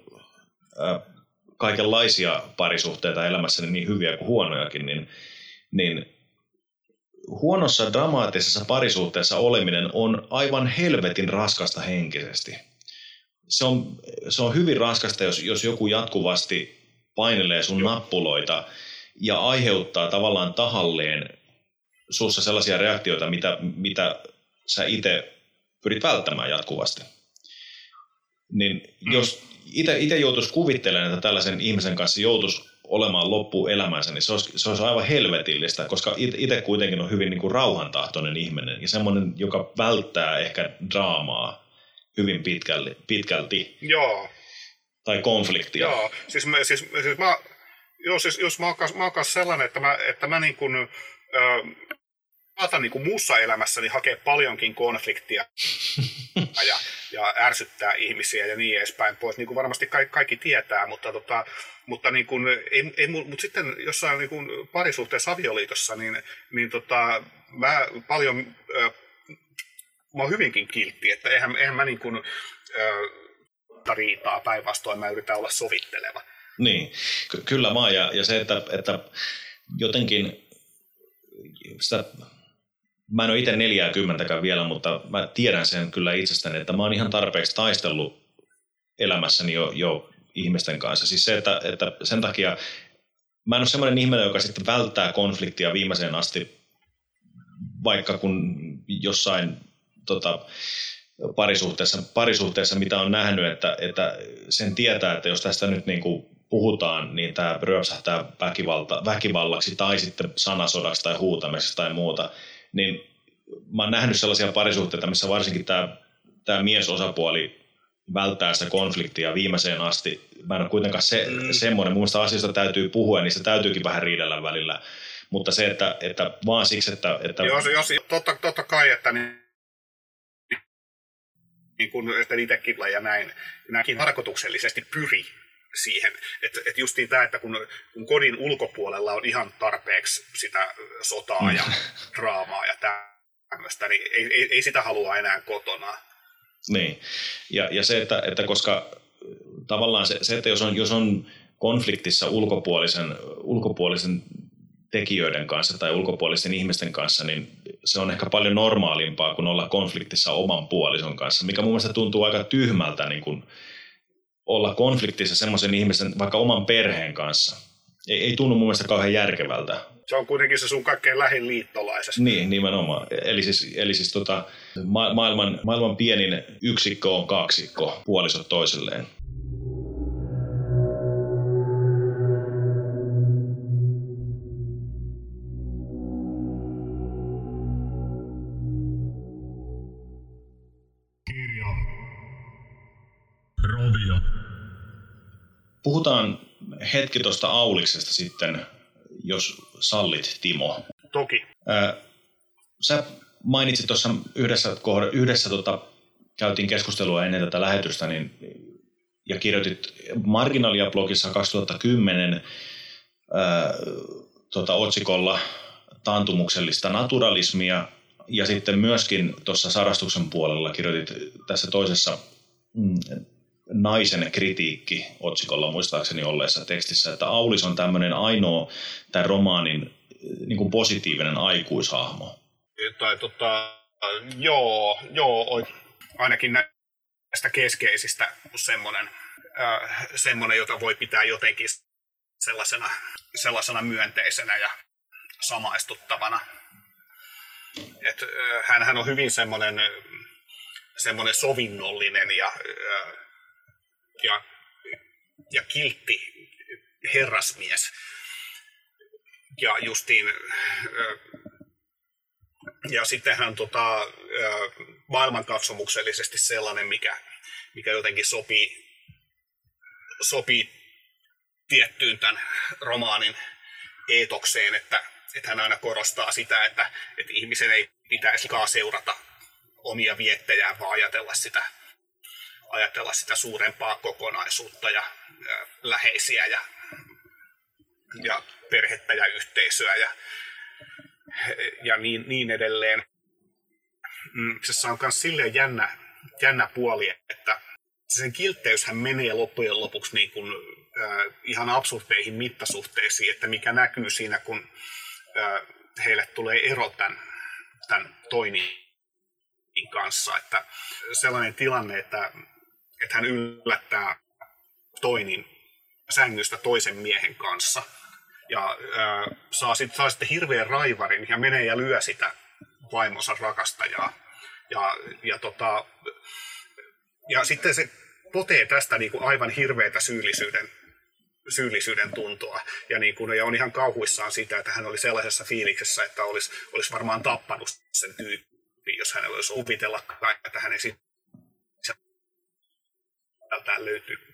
kaikenlaisia parisuhteita elämässäni, niin hyviä kuin huonojakin, niin, niin huonossa dramaattisessa parisuhteessa oleminen on aivan helvetin raskasta henkisesti. Se on, se on hyvin raskasta, jos, jos joku jatkuvasti painelee sun nappuloita ja aiheuttaa tavallaan tahalleen sussa sellaisia reaktioita, mitä, mitä sä itse pyrit välttämään jatkuvasti. Niin jos itse joutuisi kuvittelemaan, että tällaisen ihmisen kanssa joutuisi olemaan loppuelämänsä, niin se olisi, se olisi aivan helvetillistä, koska itse kuitenkin on hyvin niin kuin rauhantahtoinen ihminen ja semmoinen, joka välttää ehkä draamaa hyvin pitkälti. pitkälti. Joo. Tai konfliktia. Joo, siis, mä, siis, siis mä, joo, siis jos mä oon kanssa sellainen, että mä, että mä niin kuin, äh, saatan niin kuin muussa elämässäni hakea paljonkin konfliktia ja, ja ärsyttää ihmisiä ja niin edespäin pois, niin kuin varmasti kaikki, kaikki tietää, mutta, tota, mutta, niin kuin, ei, ei, mutta sitten jossain niin kuin parisuhteessa avioliitossa, niin, niin tota, mä paljon, äh, mä oon hyvinkin kiltti, että eihän, eihän mä niin kuin, äh, riitaa päinvastoin, mä yritän olla sovitteleva. Niin, ky- kyllä mä ja, ja se, että, että jotenkin sitä, mä en ole itse neljääkymmentäkään vielä, mutta mä tiedän sen kyllä itsestäni, että mä oon ihan tarpeeksi taistellut elämässäni jo, jo ihmisten kanssa. Siis se, että, että sen takia mä en ole semmoinen ihminen, joka sitten välttää konfliktia viimeiseen asti, vaikka kun jossain tota, parisuhteessa, parisuhteessa, mitä on nähnyt, että, että sen tietää, että jos tästä nyt niin kuin puhutaan, niin tämä ryöpsähtää väkivalta, väkivallaksi tai sitten sanasodaksi tai huutamisesta tai muuta, niin mä oon nähnyt sellaisia parisuhteita, missä varsinkin tämä, tämä miesosapuoli välttää sitä konfliktia viimeiseen asti. Mä en ole kuitenkaan se, mm. semmoinen. Mun mielestä asioista täytyy puhua ja niistä täytyykin vähän riidellä välillä. Mutta se, että, että vaan siksi, että... että... Jos, jos, totta, totta kai, että niin, niin kuin että itsekin ja näin, näinkin tarkoituksellisesti pyri siihen. Että et justiin tämä, että kun, kun kodin ulkopuolella on ihan tarpeeksi sitä sotaa ja draamaa ja tämmöistä, niin ei, ei, ei sitä halua enää kotona. Niin, ja, ja se, että, että koska tavallaan se, se että jos on, jos on konfliktissa ulkopuolisen, ulkopuolisen tekijöiden kanssa tai ulkopuolisten ihmisten kanssa, niin se on ehkä paljon normaalimpaa kuin olla konfliktissa oman puolison kanssa, mikä mun mielestä tuntuu aika tyhmältä niin kuin olla konfliktissa semmoisen ihmisen, vaikka oman perheen kanssa. Ei, ei tunnu mun mielestä kauhean järkevältä. Se on kuitenkin se sun kaikkein lähin liittolaisesi. Niin, nimenomaan. Eli siis, eli siis tota, ma- maailman, maailman pienin yksikkö on kaksikko, puolisot toisilleen. Kirja. Rovio. Puhutaan hetki tuosta Auliksesta sitten, jos sallit, Timo. Toki. Ää, sä mainitsit tuossa yhdessä, kohda, yhdessä tota, käytiin keskustelua ennen tätä lähetystä, niin, ja kirjoitit Marginalia-blogissa kaksituhattakymmenen ää, tota, otsikolla taantumuksellista naturalismia, ja sitten myöskin tuossa Sarastuksen puolella kirjoitit tässä toisessa mm, naisen kritiikki otsikolla muistaakseni olleessa tekstissä, että Aulis on tämmöinen ainoa tämän romaanin niin kuin positiivinen aikuishahmo. Tai tota, joo, joo, ainakin näistä keskeisistä semmoinen, äh, semmoinen, jota voi pitää jotenkin sellaisena, sellaisena myönteisenä ja samaistuttavana. Et, äh, hänhän on hyvin semmoinen, semmoinen sovinnollinen ja äh, Ja, ja kiltti herrasmies. Ja justiin, ja sitten hän tota, maailmankatsomuksellisesti sellainen, mikä, mikä jotenkin sopii, sopii tiettyyn tämän romaanin eetokseen, että, että hän aina korostaa sitä, että, että ihmisen ei pitäisi seurata omia viettejään, vaan ajatella sitä ajatella sitä suurempaa kokonaisuutta ja, ja läheisiä ja, ja perhettä ja yhteisöä ja, ja niin, niin edelleen. Se on myös silleen jännä, jännä puoli, että sen kiltteyshän menee loppujen lopuksi niin kuin, äh, ihan absurdeihin mittasuhteisiin, että mikä näkyy siinä, kun äh, heille tulee ero tämän, tämän Toinin kanssa. Että sellainen tilanne, että että hän yllättää Toinin sängystä toisen miehen kanssa ja ää, saa, sit, saa sitten hirveän raivarin ja menee ja lyö sitä vaimonsa rakastajaa. Ja, ja, tota, ja sitten se potee tästä niin kuin aivan hirveätä syyllisyyden, syyllisyyden tuntoa ja, niin kuin, ja on ihan kauhuissaan sitä, että hän oli sellaisessa fiiliksessä, että olisi, olisi varmaan tappanut sen tyypin, jos hänellä olisi kuvitella, että hänen sitten löytyy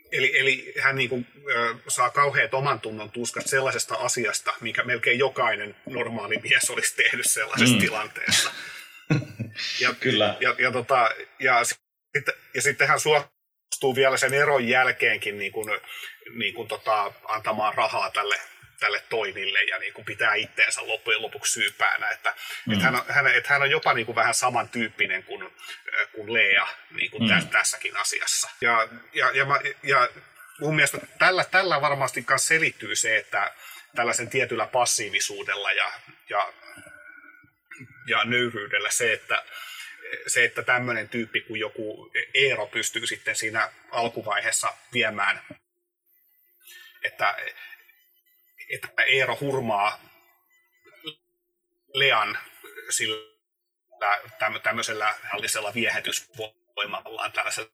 Eli, eli hän niin kuin, ö, saa kauheat oman tunnon tuskat sellaisesta asiasta, minkä melkein jokainen normaali mies olisi tehnyt sellaisessa mm. tilanteessa. Ja, Kyllä. Ja, ja, tota, ja, sit, ja sitten hän suostuu vielä sen eron jälkeenkin niin kuin, niin kuin, tota, antamaan rahaa tälle, tälle Toinille ja niin kuin pitää itteensä loppujen lopuksi syypäänä. Että, mm. et hän, on, hän, et hän on jopa niin kuin vähän samantyyppinen kuin, kuin Lea niin kuin mm. tässäkin asiassa. Ja, ja, ja, mä, ja mun mielestä tällä, tällä varmasti myös selittyy se, että tällaisen tietyllä passiivisuudella ja, ja, ja nöyryydellä se, että se, että tämmöinen tyyppi kuin joku Eero pystyy sitten siinä alkuvaiheessa viemään, että, että Eero hurmaa Lean sillä tämmöisellä hallisella viehätysvoimallaan, tällaisella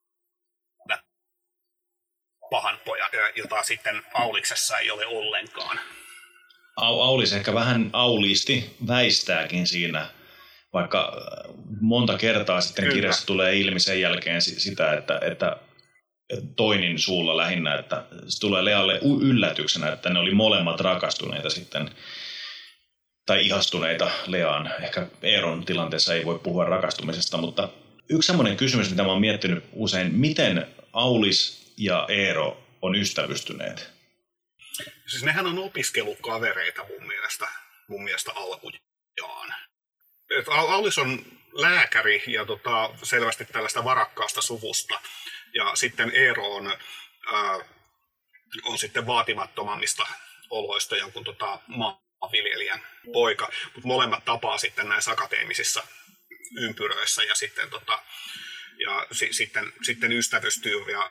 pahan pojan, jota sitten Auliksessa ei ole ollenkaan. Aulis ehkä vähän auliisti väistääkin siinä, vaikka monta kertaa sitten Kyllä. kirjassa tulee ilmi sen jälkeen sitä, että, että Toinin suulla lähinnä, että se tulee Lealle yllätyksenä, että ne oli molemmat rakastuneita sitten, tai ihastuneita Leaan. Ehkä Eeron tilanteessa ei voi puhua rakastumisesta, mutta yksi semmoinen kysymys, mitä mä oon miettinyt usein, miten Aulis ja Eero on ystävystyneet? Siis nehän on opiskelukavereita mun mielestä, mun mielestä alkujaan. Et Aulis on lääkäri ja tota, selvästi tällaista varakkaasta suvusta. Ja sitten Eero on, ää, on sitten vaatimattomammista oloista jonkun tota, maanviljelijän poika. Mutta molemmat tapaa sitten näissä akateemisissa ympyröissä ja sitten, tota, ja si, sitten, sitten ystävystyy ja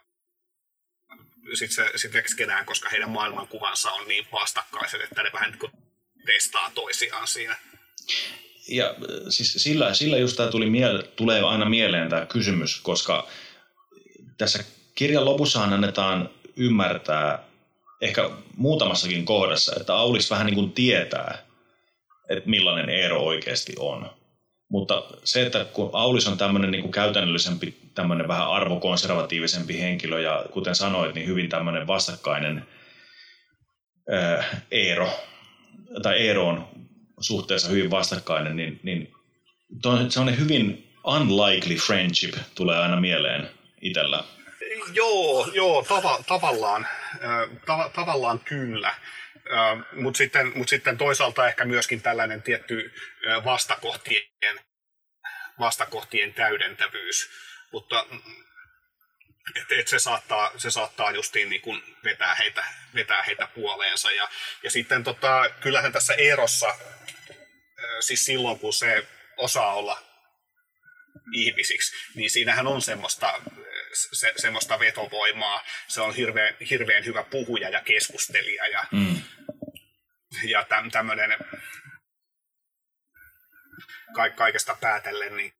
sitten se sit keskenään, koska heidän maailmankuvansa on niin vastakkaiset, että ne vähän niin kuin testaa toisiaan siinä. Ja siis sillä, sillä just tämä tuli miele, tulee aina mieleen tämä kysymys, koska tässä kirjan lopussahan annetaan ymmärtää ehkä muutamassakin kohdassa, että Aulis vähän niin kuin tietää, että millainen Eero oikeasti on. Mutta se, että kun Aulis on tämmöinen niin kuin käytännöllisempi, tämmöinen vähän arvokonservatiivisempi henkilö ja kuten sanoit, niin hyvin tämmöinen vastakkainen ää, Eero, tai Eero on suhteessa hyvin vastakkainen, niin, niin sellainen hyvin unlikely friendship tulee aina mieleen itsellä. Joo, joo tava, tavallaan, ta, tavallaan kyllä. Mutta sitten, mut sitten toisaalta ehkä myöskin tällainen tietty vastakohtien, vastakohtien täydentävyys. Mutta et, et se, saattaa, se saattaa justiin niin kuin vetää, heitä, vetää heitä puoleensa. Ja, ja sitten tota, kyllähän tässä Eerossa, siis silloin kun se osaa olla ihmisiksi, niin siinähän on semmoista, se, semmoista vetovoimaa. Se on hirveän, hirveän hyvä puhuja ja keskustelija ja, mm. ja täm, tämmöinen ka, kaikesta päätellen. Niin,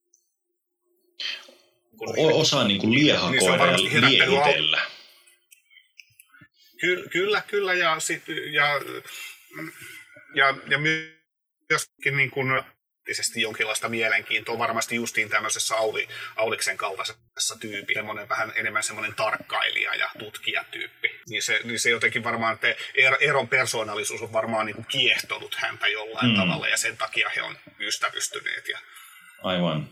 o, osaa niin kuin liehakoida niin ja liehitellä. Ky, kyllä, kyllä ja, sit, ja, ja, ja myöskin niin kuin jonkinlaista mielenkiintoa, varmasti justiin tämmöisessä Auli, Auliksen kaltaisessa tyyppi, semmoinen vähän enemmän semmoinen tarkkailija ja tutkijatyyppi. Niin se, niin se jotenkin varmaan, että Eeron persoonallisuus on varmaan niin kuin kiehtonut häntä jollain mm. tavalla, ja sen takia he on ystävystyneet. Ja... Aivan.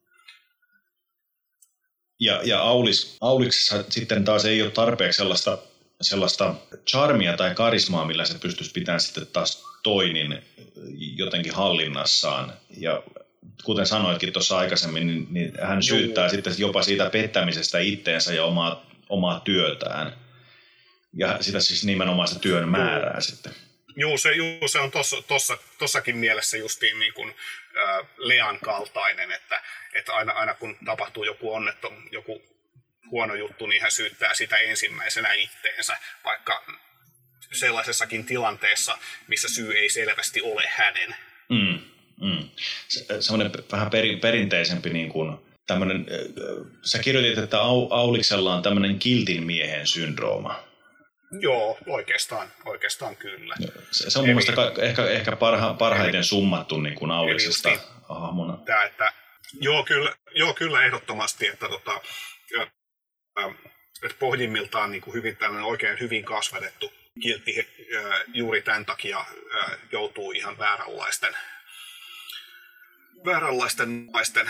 Ja, ja Aulis, Auliksessa sitten taas ei ole tarpeeksi sellaista, sellaista charmia tai karismaa, millä se pystyisi pitämään sitten taas Toinin jotenkin hallinnassaan. Ja kuten sanoitkin tuossa aikaisemmin, niin, niin hän syyttää Joo. sitten jopa siitä pettämisestä itteensä ja omaa, omaa työtään. Ja sitä siis nimenomaan sitä työn määrää Joo. sitten. Joo, se, juu, se on tossa, tossa, tossakin mielessä justiin niin kuin äh, Lean kaltainen, että, että aina, aina kun tapahtuu joku onnettom, joku huono juttu, niin hän syyttää sitä ensimmäisenä itteensä, vaikka sellaisessakin tilanteessa, missä syy ei selvästi ole hänen. Mm, mm. Se, semmoinen vähän peri, perinteisempi niin kuin tämmöinen, sä kirjoitit, että Auliksella on tämmöinen kiltin miehen syndrooma. Joo, oikeastaan, oikeastaan kyllä. Se, se on mun mielestä ehkä, ehkä parha, parhaiten eli, summattu niin kuin Auliksesta hahmona. Tämä, että, joo, kyllä, joo, kyllä ehdottomasti, että tota, että pohjimmiltaan niin kuin hyvin, tällainen oikein hyvin kasvatettu kiltti juuri tämän takia joutuu ihan vääränlaisten, vääränlaisten naisten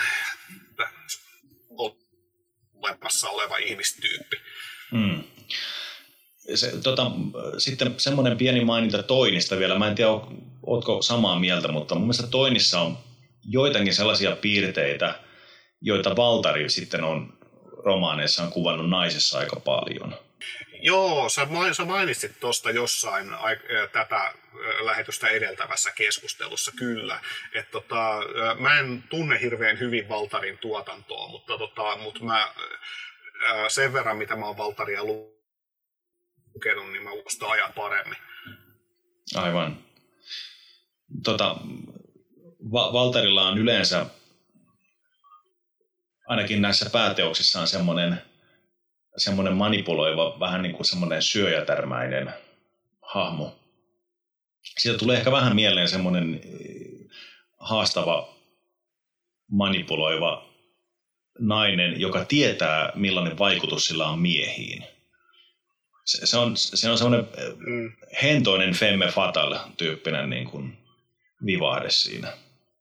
olemassa oleva ihmistyyppi. Mm. Se, tota, sitten semmoinen pieni maininta Toinista vielä. Mä en tiedä, ootko samaa mieltä, mutta mun mielestä Toinissa on joitakin sellaisia piirteitä, joita Valtari sitten on romaaneissaan kuvannut naisessa aika paljon. Joo, sä mainitsit tuosta jossain tätä lähetystä edeltävässä keskustelussa, kyllä. Et tota, mä en tunne hirveän hyvin Valtarin tuotantoa, mutta, tota, mutta mä, sen verran, mitä mä oon Valtaria lukenut, niin mä uskon ajan paremmin. Aivan. Tota, Va- Valtarilla on yleensä, ainakin näissä pääteoksissaan semmoinen semmoinen manipuloiva, vähän niin kuin semmoinen syöjätärmäinen hahmo. Siitä tulee ehkä vähän mieleen semmoinen haastava, manipuloiva nainen, joka tietää, millainen vaikutus sillä on miehiin. Se, se on, se on semmoinen mm. hentoinen femme fatale-tyyppinen niin kuin vivahde siinä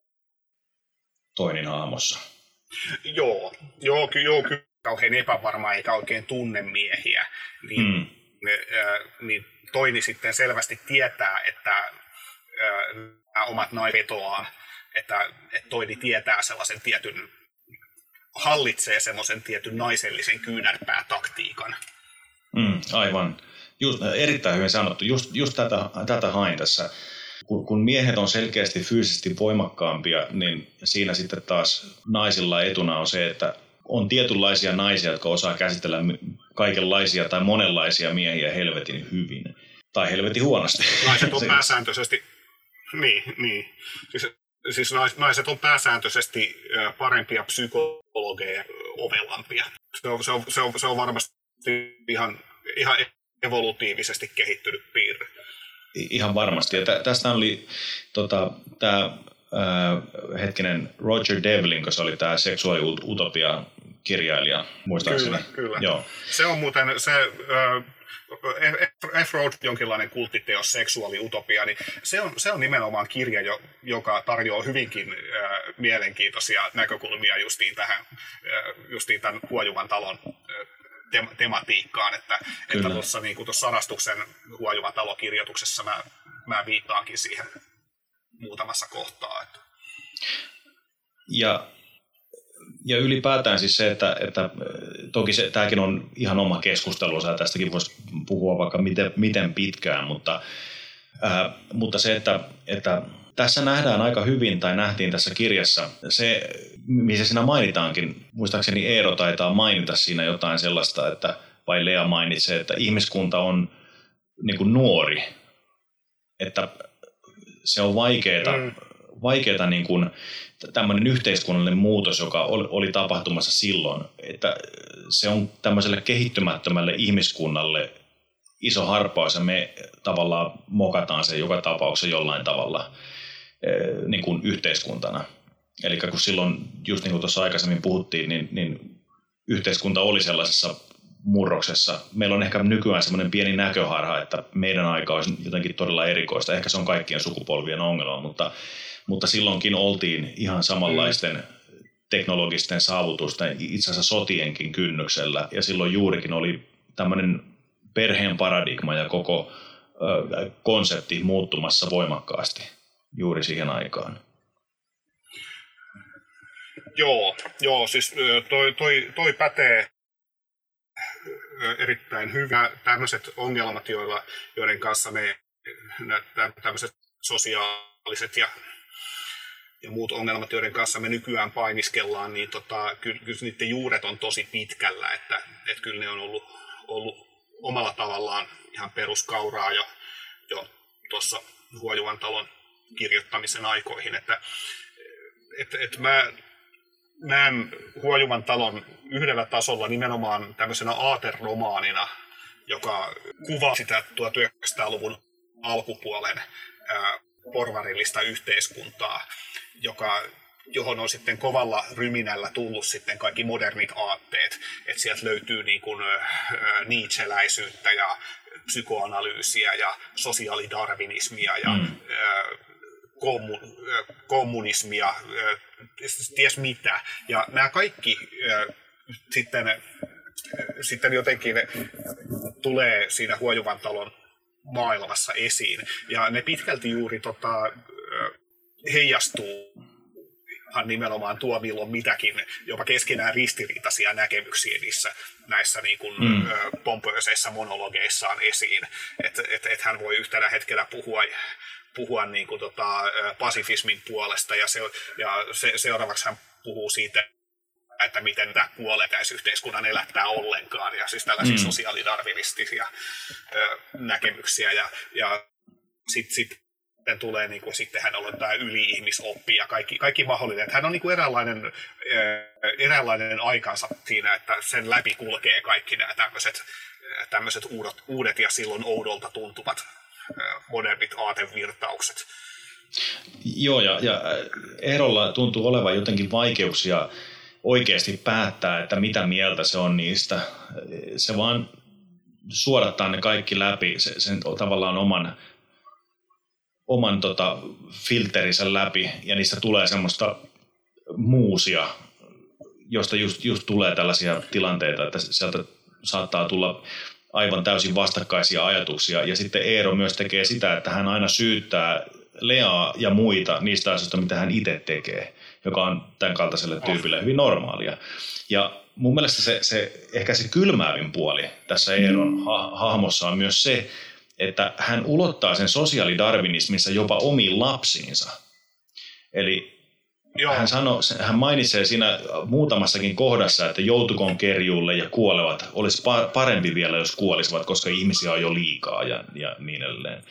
Toinin hahmossa. Joo, joo, ky- joo kyllä. Kauhean epävarma eikä oikein tunne miehiä, niin, mm. ne, äh, niin Toini sitten selvästi tietää, että äh, nämä omat naiset vetoaan, että, että Toini tietää sellaisen tietyn, hallitsee semmoisen tietyn naisellisen kyynärpäätaktiikan. Mm, aivan. Just, erittäin hyvin sanottu. Just, just tätä, tätä hain tässä. Kun, kun miehet on selkeästi fyysisesti voimakkaampia, niin siinä sitten taas naisilla etuna on se, että on tietynlaisia naisia, jotka osaa käsitellä kaikenlaisia tai monenlaisia miehiä helvetin hyvin. Tai helvetin huonosti. Naiset on pääsääntöisesti, niin, niin. Siis, siis naiset on pääsääntöisesti parempia psykologeja, ovelampia. Se on, se on, se on, se on varmasti ihan, ihan evolutiivisesti kehittynyt piirre. Ihan varmasti. Ja tä, tästä oli tota, tämä Äh, hetkinen Roger Devlin, kun se oli tämä seksuaali-utopia-kirjailija, muistaakseni. Kyllä, kyllä. Joo. Se on muuten se äh, F. Road, jonkinlainen kulttiteos, seksuaali-utopia, niin se on, se on nimenomaan kirja, jo, joka tarjoaa hyvinkin äh, mielenkiintoisia näkökulmia justiin tähän, äh, justiin tämän Huojuvan talon äh, te- tematiikkaan, että että tuossa niin kuin tuossa Sarastuksen Huojuvan talokirjoituksessa mä, mä viittaankin siihen muutamassa kohtaa. Että. Ja, ja ylipäätään siis se, että, että toki se, tämäkin on ihan oma keskustelunsa ja tästäkin voisi puhua vaikka miten, miten pitkään, mutta, ää, mutta se, että, että tässä nähdään aika hyvin tai nähtiin tässä kirjassa se, missä siinä mainitaankin, muistaakseni Eero taitaa mainita siinä jotain sellaista, että, vai Lea mainitsee, että ihmiskunta on niin kuin nuori, että se on vaikeaa, mm. vaikeaa niin kuin tämmöinen yhteiskunnallinen muutos, joka oli, oli tapahtumassa silloin, että se on tämmöiselle kehittymättömälle ihmiskunnalle iso harppaus ja me tavallaan mokataan se joka tapauksessa jollain tavalla niin kuin yhteiskuntana. Eli kun silloin, just niin kuin tuossa aikaisemmin puhuttiin, niin, niin yhteiskunta oli sellaisessa murroksessa. Meillä on ehkä nykyään semmoinen pieni näköharha, että meidän aika olisi jotenkin todella erikoista. Ehkä se on kaikkien sukupolvien ongelma, mutta, mutta silloinkin oltiin ihan samanlaisten teknologisten saavutusten, itse asiassa sotienkin kynnyksellä. Ja silloin juurikin oli tämmöinen perheen paradigma ja koko ö, konsepti muuttumassa voimakkaasti juuri siihen aikaan. Joo, joo siis toi, toi, toi pätee erittäin hyvä. Tämmöiset ongelmat, joilla, joiden kanssa me, tämmöiset sosiaaliset ja, ja muut ongelmat, joiden kanssa me nykyään painiskellaan, niin tota, kyllä, kyllä niiden juuret on tosi pitkällä, että, että kyllä ne on ollut, ollut omalla tavallaan ihan peruskauraa jo, jo tuossa Huojuvan talon kirjoittamisen aikoihin, että et, et mä näen Huojuvan talon yhdellä tasolla nimenomaan tämmöisenä aateromaanina, joka kuvaa sitä tuhatyhdeksänsataaluvun alkupuolen ää, porvarillista yhteiskuntaa, joka johon on sitten kovalla ryminällä tullut sitten kaikki modernit aatteet. Että sieltä löytyy niin kuin Nietzscheläisyyttä ja psykoanalyysiä ja sosiaalidarwinismia ja mm. kommunismia, ties mitä. Ja nämä kaikki sitten, sitten jotenkin tulee siinä Huojuvan talon maailmassa esiin. Ja ne pitkälti juuri tota, heijastuu nimenomaan tuo milloin mitäkin, jopa keskenään ristiriitaisia näkemyksiä niissä näissä niin kuin, mm. pompööseissa monologeissaan esiin. Että et, et hän voi yhtenä hetkellä puhua, puhua niin kuin, tota, pasifismin puolesta ja, se, ja se, seuraavaksi hän puhuu siitä, että miten tämä puoletäisyhteiskunnan elättää ollenkaan, ja siis tällaisia mm. sosiaalidarwinistisia ö, näkemyksiä, ja, ja sitten sit, tulee, niin kuin, sitten hän on tämä yli-ihmisoppi ja kaikki, kaikki mahdollinen. Hän on niin kuin eräänlainen, ö, eräänlainen aikansa siinä, että sen läpi kulkee kaikki nämä tämmöiset, tämmöiset uudet, uudet ja silloin oudolta tuntuvat ö, modernit aatevirtaukset. Joo, ja, ja Eerolla tuntuu olevan jotenkin vaikeuksia oikeasti päättää, että mitä mieltä se on niistä. Se vaan suodattaa ne kaikki läpi, se, sen tavallaan oman, oman tota, filterinsä läpi, ja niistä tulee semmoista muusia, josta just, just tulee tällaisia tilanteita, että sieltä saattaa tulla aivan täysin vastakkaisia ajatuksia. Ja sitten Eero myös tekee sitä, että hän aina syyttää Leaa ja muita niistä asioista, mitä hän itse tekee, joka on tämän kaltaiselle tyypille hyvin normaalia. Ja mun mielestä se, se, ehkä se kylmäävin puoli tässä Eeron ha- hahmossa on myös se, että hän ulottaa sen sosiaalidarwinismissa jopa omiin lapsiinsa. Eli Joo. Hän, sano, hän mainitsee siinä muutamassakin kohdassa, että joutukoon kerjuulle ja kuolevat. Olisi parempi vielä, jos kuolisivat, koska ihmisiä on jo liikaa ja, ja niin edelleen.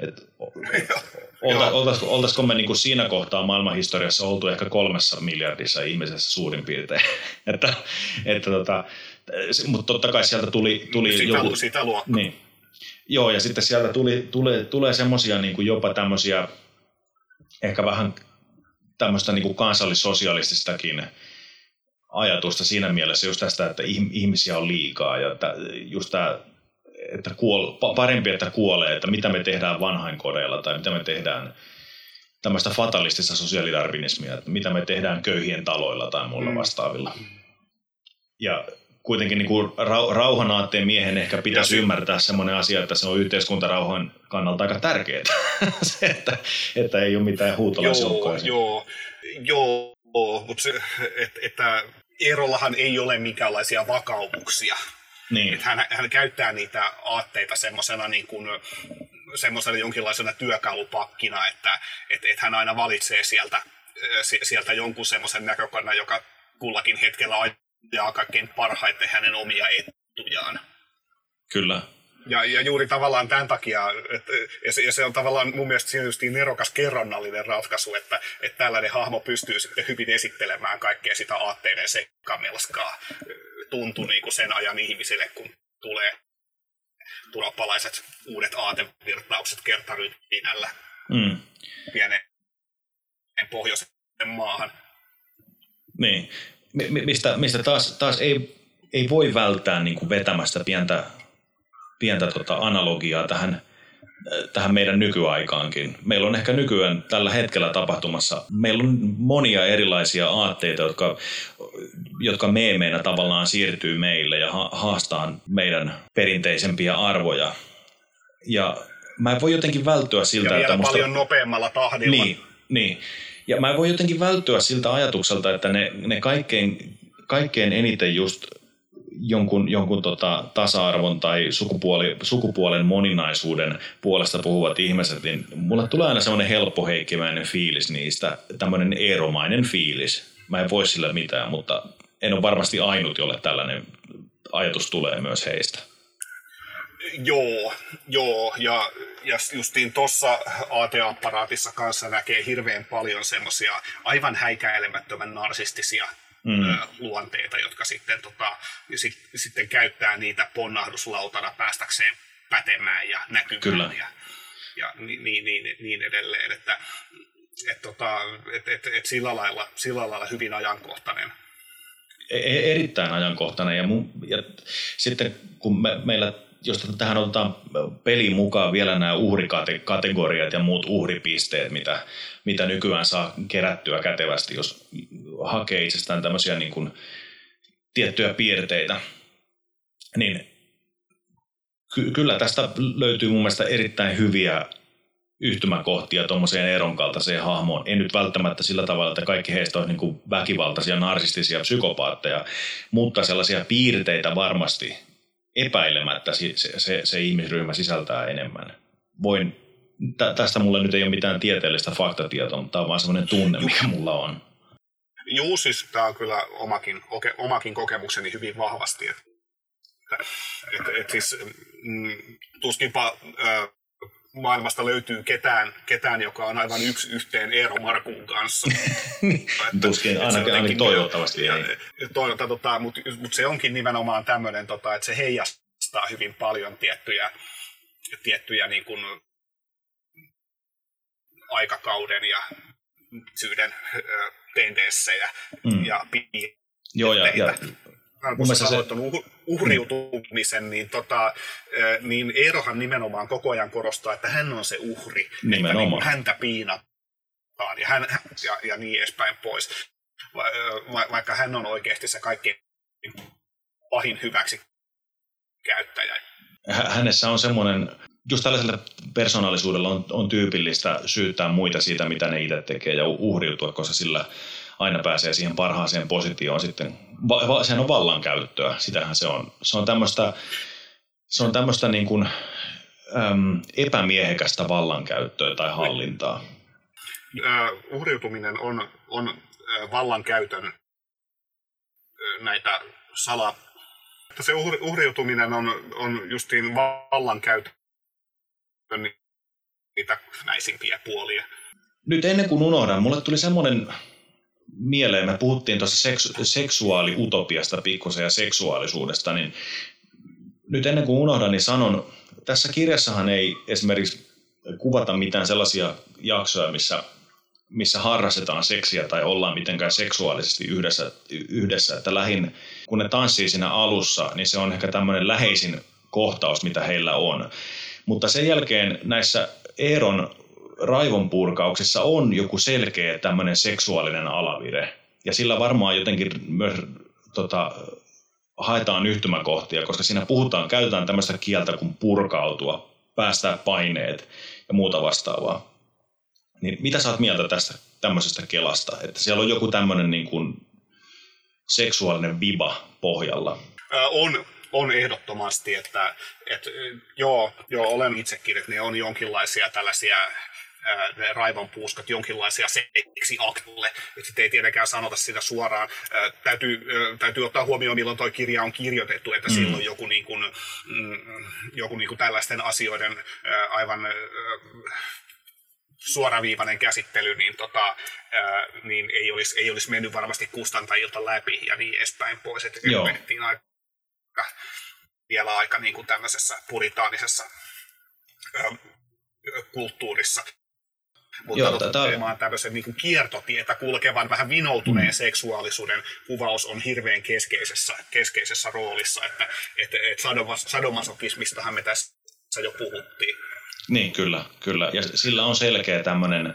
Oltaisiko, oltaisiko me niin kuin siinä kohtaa maailmanhistoriassa oltu ehkä kolmessa miljardissa ihmisessä suurin piirtein. että, että tota, mutta totta kai sieltä tuli, tuli sitä, joku... Sitä luokkaa. Niin. Joo, ja sitten sieltä tuli, tuli, tulee semmoisia niin kuin jopa tämmöisiä ehkä vähän tämmöistä niin kuin kansallissosialististakin ajatusta siinä mielessä just tästä, että ihmisiä on liikaa ja just tämä, että kuol, parempi, että kuolee, että mitä me tehdään vanhainkodeilla tai mitä me tehdään tämmöistä fatalistista sosiaalidarwinismia, että mitä me tehdään köyhien taloilla tai muilla vastaavilla. Ja kuitenkin niin kuin rauhanaatteen miehen ehkä pitäisi ymmärtää semmoinen asia, että se on yhteiskuntarauhan kannalta aika tärkeää. se, että, että ei ole mitään huutolaisjoukkoja. Joo, joo, joo, mutta se, et, että Eerollahan ei ole minkäänlaisia vakaumuksia. Niin. Että hän, hän käyttää niitä aatteita semmoisena niin kuin semmoisena jonkinlaisena työkalupakkina, että et, et hän aina valitsee sieltä, sieltä jonkun semmoisen näkökannan, joka kullakin hetkellä ajaa kaikkein parhaiten hänen omia etujaan. Kyllä. Ja, ja juuri tavallaan tämän takia, että, ja, se, ja se on tavallaan mun mielestä siinä nerokas kerronnallinen ratkaisu, että, että tällainen hahmo pystyy sitten hyvin esittelemään kaikkea sitä aatteiden sekamelskaa. Tuntui niin kuin sen ajan ihmisille, kun tulee turvapalaiset uudet aatevirtaukset kertarytinällä mm. pienen pohjoisen maahan. Niin, mistä, mistä taas, taas ei, ei voi välttää niin kuin vetämästä pientä, pientä tota analogiaa tähän, tähän meidän nykyaikaankin. Meillä on ehkä nykyään tällä hetkellä tapahtumassa, meillä on monia erilaisia aatteita, jotka, jotka meemeinä tavallaan siirtyy meille ja haastaa meidän perinteisempiä arvoja. Ja mä en voi jotenkin välttyä siltä, ja että musta... paljon nopeammalla tahdilla. Niin, niin. Ja mä en voi jotenkin välttyä siltä ajatukselta, että ne, ne kaikkein, kaikkein eniten just jonkun, jonkun tota tasa-arvon tai sukupuoli, sukupuolen moninaisuuden puolesta puhuvat ihmiset, niin mulle tulee aina semmoinen helppoheikkimäinen fiilis niistä, tämmöinen eromainen fiilis. Mä en voi sillä mitään, mutta en ole varmasti ainut, jolle tällainen ajatus tulee myös heistä. Joo, joo, ja, ja justiin tuossa aateapparaatissa kanssa näkee hirveän paljon semmoisia aivan häikäilemättömän narsistisia mm. ö, luonteita, jotka sitten, tota, sit, sitten käyttää niitä ponnahduslautana päästäkseen pätemään ja näkymään. Kyllä. ja, ja niin, niin, niin, niin edelleen. Että, et, tota, et, et, et sillä, lailla, sillä lailla hyvin ajankohtainen. Erittäin ajankohtainen ja, mun, ja sitten kun me, meillä, jos tähän otetaan peliin mukaan vielä nämä uhrikategoriat ja muut uhripisteet, mitä, mitä nykyään saa kerättyä kätevästi, jos hakee itsestään tämmöisiä niin kuin tiettyjä piirteitä, niin ky- kyllä tästä löytyy mun mielestä erittäin hyviä yhtymäkohtia tuommoiseen Eeron kaltaiseen hahmoon. En nyt välttämättä sillä tavalla, että kaikki heistä on niin kuin väkivaltaisia, narsistisia psykopaatteja, mutta sellaisia piirteitä varmasti epäilemättä se, se, se ihmisryhmä sisältää enemmän. Voin, tä, tästä mulla nyt ei ole mitään tieteellistä faktatietoa, mutta tämä on vaan semmoinen tunne, mikä mulla on. Juu, siis tämä on kyllä omakin, oke, omakin kokemukseni hyvin vahvasti. Että, et, et siis mm, tuskinpa äh, maailmasta löytyy ketään, ketään, joka on aivan yksi yhteen Eero Markun kanssa. Tuskin, ainakin, ainakin toivottavasti ei. Toivota, tota, mutta mut se onkin nimenomaan tämmöinen, tota, että se heijastaa hyvin paljon tiettyjä, tiettyjä niin kuin aikakauden ja syyden tendenssejä mm. ja piirteitä. Joo, ja, ja kun sä aloit on uhriutumisen, niin, tota, niin Eerohan nimenomaan koko ajan korostaa, että hän on se uhri. Nimenomaan. Että niin häntä piinataan ja, hän, ja, ja niin edespäin pois. Va, va, vaikka hän on oikeasti se kaikkein pahin hyväksi käyttäjä. Hänessä on semmoinen, just tällaiselle persoonallisuudella on, on tyypillistä syyttää muita siitä, mitä ne itse tekee ja uhriutua, koska sillä aina pääsee siihen parhaaseen positioon sitten. Va- va- sehän on vallankäyttöä, sitähän se on. Se on tämmöistä, se on tämmöistä niin kuin, äm, epämiehekästä vallankäyttöä tai hallintaa. Uh, uhriutuminen on, on uh, vallankäytön uh, näitä sala... Se uhri, uhriutuminen on, on justiin vallankäytön niitä näisimpiä puolia. Nyt ennen kuin unohdan, mulle tuli semmoinen mieleen, me puhuttiin tuossa seksu- seksuaaliutopiasta pikkusen ja seksuaalisuudesta, niin nyt ennen kuin unohdan, niin sanon, tässä kirjassahan ei esimerkiksi kuvata mitään sellaisia jaksoja, missä, missä harrastetaan seksiä tai ollaan mitenkään seksuaalisesti yhdessä, yhdessä, että lähin, kun ne tanssii siinä alussa, niin se on ehkä tämmöinen läheisin kohtaus, mitä heillä on. Mutta sen jälkeen näissä Eeron raivonpurkauksissa on joku selkeä tämmöinen seksuaalinen alavire. Ja sillä varmaan jotenkin myös tota, haetaan yhtymäkohtia, koska siinä puhutaan, käytetään tämmöistä kieltä kuin purkautua, päästää paineet ja muuta vastaavaa. Niin mitä sä oot mieltä tästä tämmöisestä kelasta? Että siellä on joku tämmöinen niin kuin seksuaalinen viba pohjalla. Ää, on. On ehdottomasti, että, että joo, joo, olen itsekin, että ne on jonkinlaisia tällaisia ää, raivonpuuskat, jonkinlaisia seksiaktolle. Että sitten ei tietenkään sanota sitä suoraan. Ää, täytyy, ää, täytyy ottaa huomioon, milloin tuo kirja on kirjoitettu, että mm. silloin joku, niin kuin, mm, joku niin kuin tällaisten asioiden ää, aivan ää, suoraviivainen käsittely, niin, tota, ää, niin ei, olisi, ei olisi mennyt varmasti kustantajilta läpi ja niin edespäin pois. Että aika vielä aika niin kuin tämmöisessä puritaanisessa ö, kulttuurissa. Mutta Joo, tota, tämä... tämmöisen niin kuin kiertotietä kulkevan vähän vinoutuneen mm. seksuaalisuuden kuvaus on hirveän keskeisessä, keskeisessä roolissa. Että et, et sadomas, sadomasokismistahan me tässä jo puhuttiin. Niin, kyllä, kyllä. Ja sillä on selkeä tämmöinen...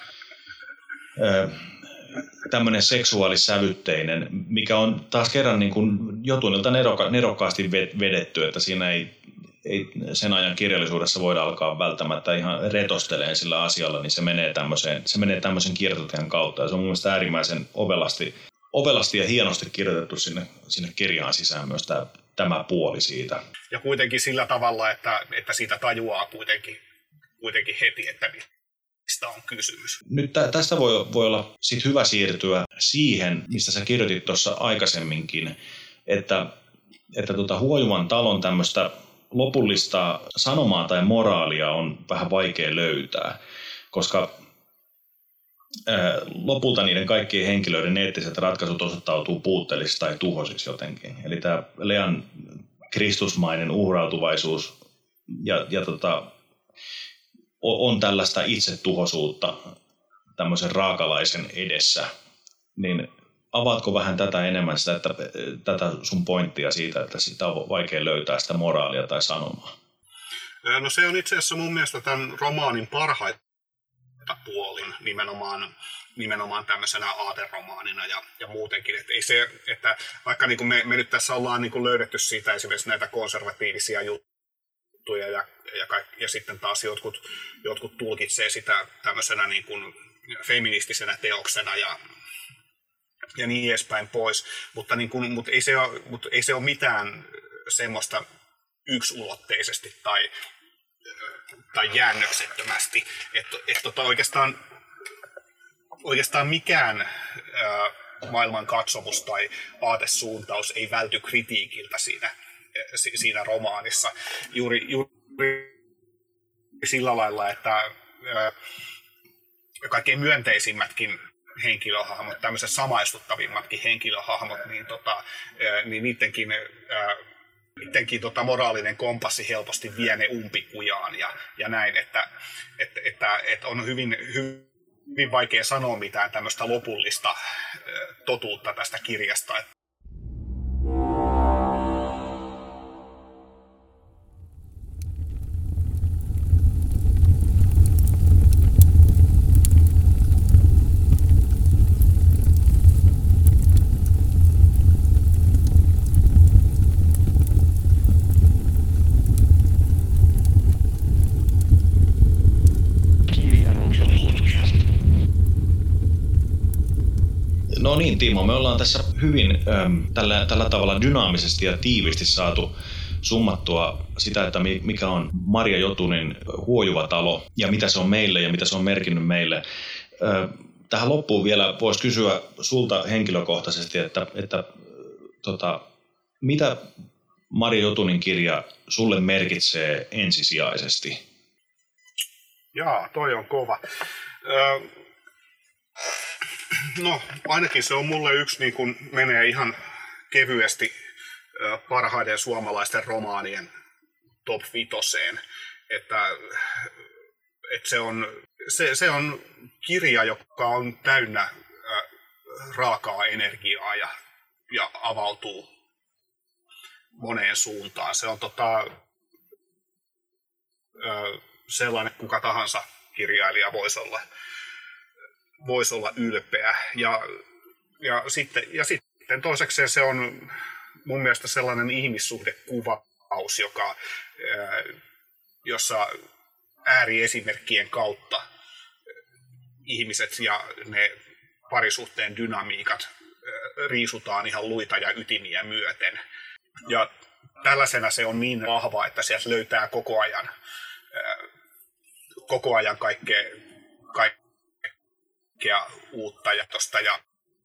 Ö, tämmöinen seksuaalissävytteinen, mikä on taas kerran niin kuin Jotunilta neroka, nerokkaasti vedetty, että siinä ei, ei sen ajan kirjallisuudessa voida alkaa välttämättä ihan retosteleen sillä asialla, niin se menee tämmöiseen, se menee tämmöisen kiertotien kautta. Ja se on mun mielestä äärimmäisen ovelasti, ovelasti ja hienosti kirjoitettu sinne, sinne kirjaan sisään myös tämä, tämä puoli siitä. Ja kuitenkin sillä tavalla, että, että siitä tajuaa kuitenkin, kuitenkin heti, että on kysymys. Nyt tä- tästä voi, voi olla sit hyvä siirtyä siihen, mistä sä kirjoitit tuossa aikaisemminkin, että, että tota Huojuvan talon tämmöistä lopullista sanomaa tai moraalia on vähän vaikea löytää, koska ää, lopulta niiden kaikkien henkilöiden eettiset ratkaisut osoittautuu puutteellisiksi tai tuhosiksi jotenkin. Eli tämä Lean kristusmainen uhrautuvaisuus ja, ja tota, on tällaista itsetuhoisuutta tämmöisen raakalaisen edessä, niin avaatko vähän tätä enemmän, sitä, että, tätä sun pointtia siitä, että sitä on vaikea löytää sitä moraalia tai sanomaa? No se on itse asiassa mun mielestä tämän romaanin parhaita puolin nimenomaan, nimenomaan tämmöisenä aateromaanina ja, ja muutenkin. Että ei se, että vaikka niin kuin me, me nyt tässä ollaan niin kuin löydetty siitä esimerkiksi näitä konservatiivisia juttuja ja, ja, kaik, ja sitten taas jotkut, jotkut tulkitsee sitä tämmöisenä niin kuin feministisenä teoksena ja ja niin edespäin pois, mutta, niin kuin, mutta, ei se ole, mutta ei se ole mitään semmoista yksulotteisesti tai, tai jäännöksettömästi, että, että tota oikeastaan, oikeastaan mikään ää, maailman katsomus tai aatesuuntaus ei välty kritiikiltä siinä, siinä romaanissa juuri, juuri sillä lailla, että ää, kaikkein myönteisimmätkin henkilöhahmot, tämmöiset samaistuttavimmatkin henkilöhahmot, niin, tota, niin niidenkin, niidenkin tota moraalinen kompassi helposti vie ne umpikujaan ja, ja näin, että, että, että, että on hyvin, hyvin vaikea sanoa mitään tämmöistä lopullista totuutta tästä kirjasta. No niin, Timo, me ollaan tässä hyvin äm, tällä, tällä tavalla dynaamisesti ja tiiviisti saatu summattua sitä, että mikä on Marja Jotunin Huojuva talo ja mitä se on meille ja mitä se on merkinnyt meille. Äh, tähän loppuun vielä voisi kysyä sulta henkilökohtaisesti, että, että tota, mitä Marja Jotunin kirja sulle merkitsee ensisijaisesti? Jaa, toi on kova. Ö- No, ainakin se on mulle yksi, niin kun menee ihan kevyesti parhaiden suomalaisten romaanien top vitoseen. Että, että se, on, se, se on kirja, joka on täynnä raakaa energiaa ja, ja avautuu moneen suuntaan. Se on tota, sellainen, kuka tahansa kirjailija voisi olla. voisi olla ylpeä. Ja, ja, sitten, ja sitten toisekseen se on mun mielestä sellainen ihmissuhdekuvaus, joka, ää, jossa ääriesimerkkien kautta ihmiset ja ne parisuhteen dynamiikat ää, riisutaan ihan luita ja ytimiä myöten. Ja tällaisena se on niin vahva, että sieltä löytää koko ajan, ää, koko ajan kaikkea, kaikkea uutta ja tosta ja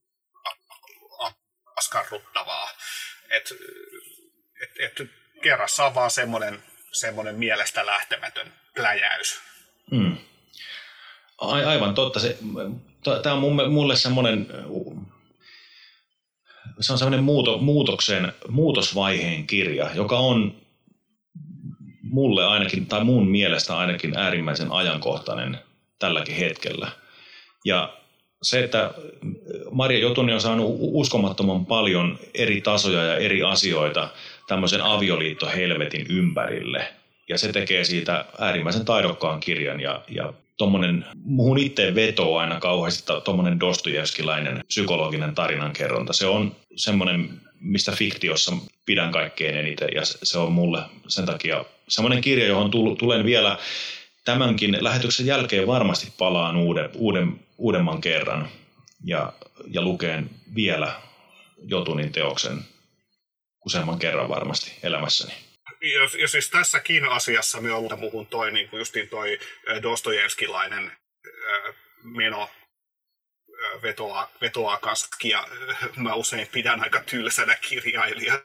askarruttavaa. Et, et, et kerrassa on vaan semmoinen, semmoinen mielestä lähtemätön pläjäys. Mm. Aivan totta. Tämä on mulle semmoinen, se on semmoinen muuto, muutoksen, muutosvaiheen kirja, joka on mulle ainakin, tai mun mielestä ainakin äärimmäisen ajankohtainen tälläkin hetkellä. Ja se, että Marja Jotuni on saanut uskomattoman paljon eri tasoja ja eri asioita tämmöisen avioliittohelvetin ympärille. Ja se tekee siitä äärimmäisen taidokkaan kirjan. Ja, ja tommonen, muhun itse vetoo aina kauheasti tommonen Dostojevskilainen psykologinen tarinankerronta. Se on semmoinen, mistä fiktiossa pidän kaikkein eniten. Ja se on mulle sen takia semmoinen kirja, johon tulen vielä tämänkin lähetyksen jälkeen varmasti palaan uuden, uuden, uudemman kerran ja, ja lukeen vielä Jotunin teoksen useamman kerran varmasti elämässäni. Ja, ja siis tässäkin asiassa me ollaan puhun toi, niin kuin justiin toi Dostojevskilainen äh, meno äh, vetoaa, vetoaa kaski, ja äh, mä usein pidän aika tylsänä kirjailijana.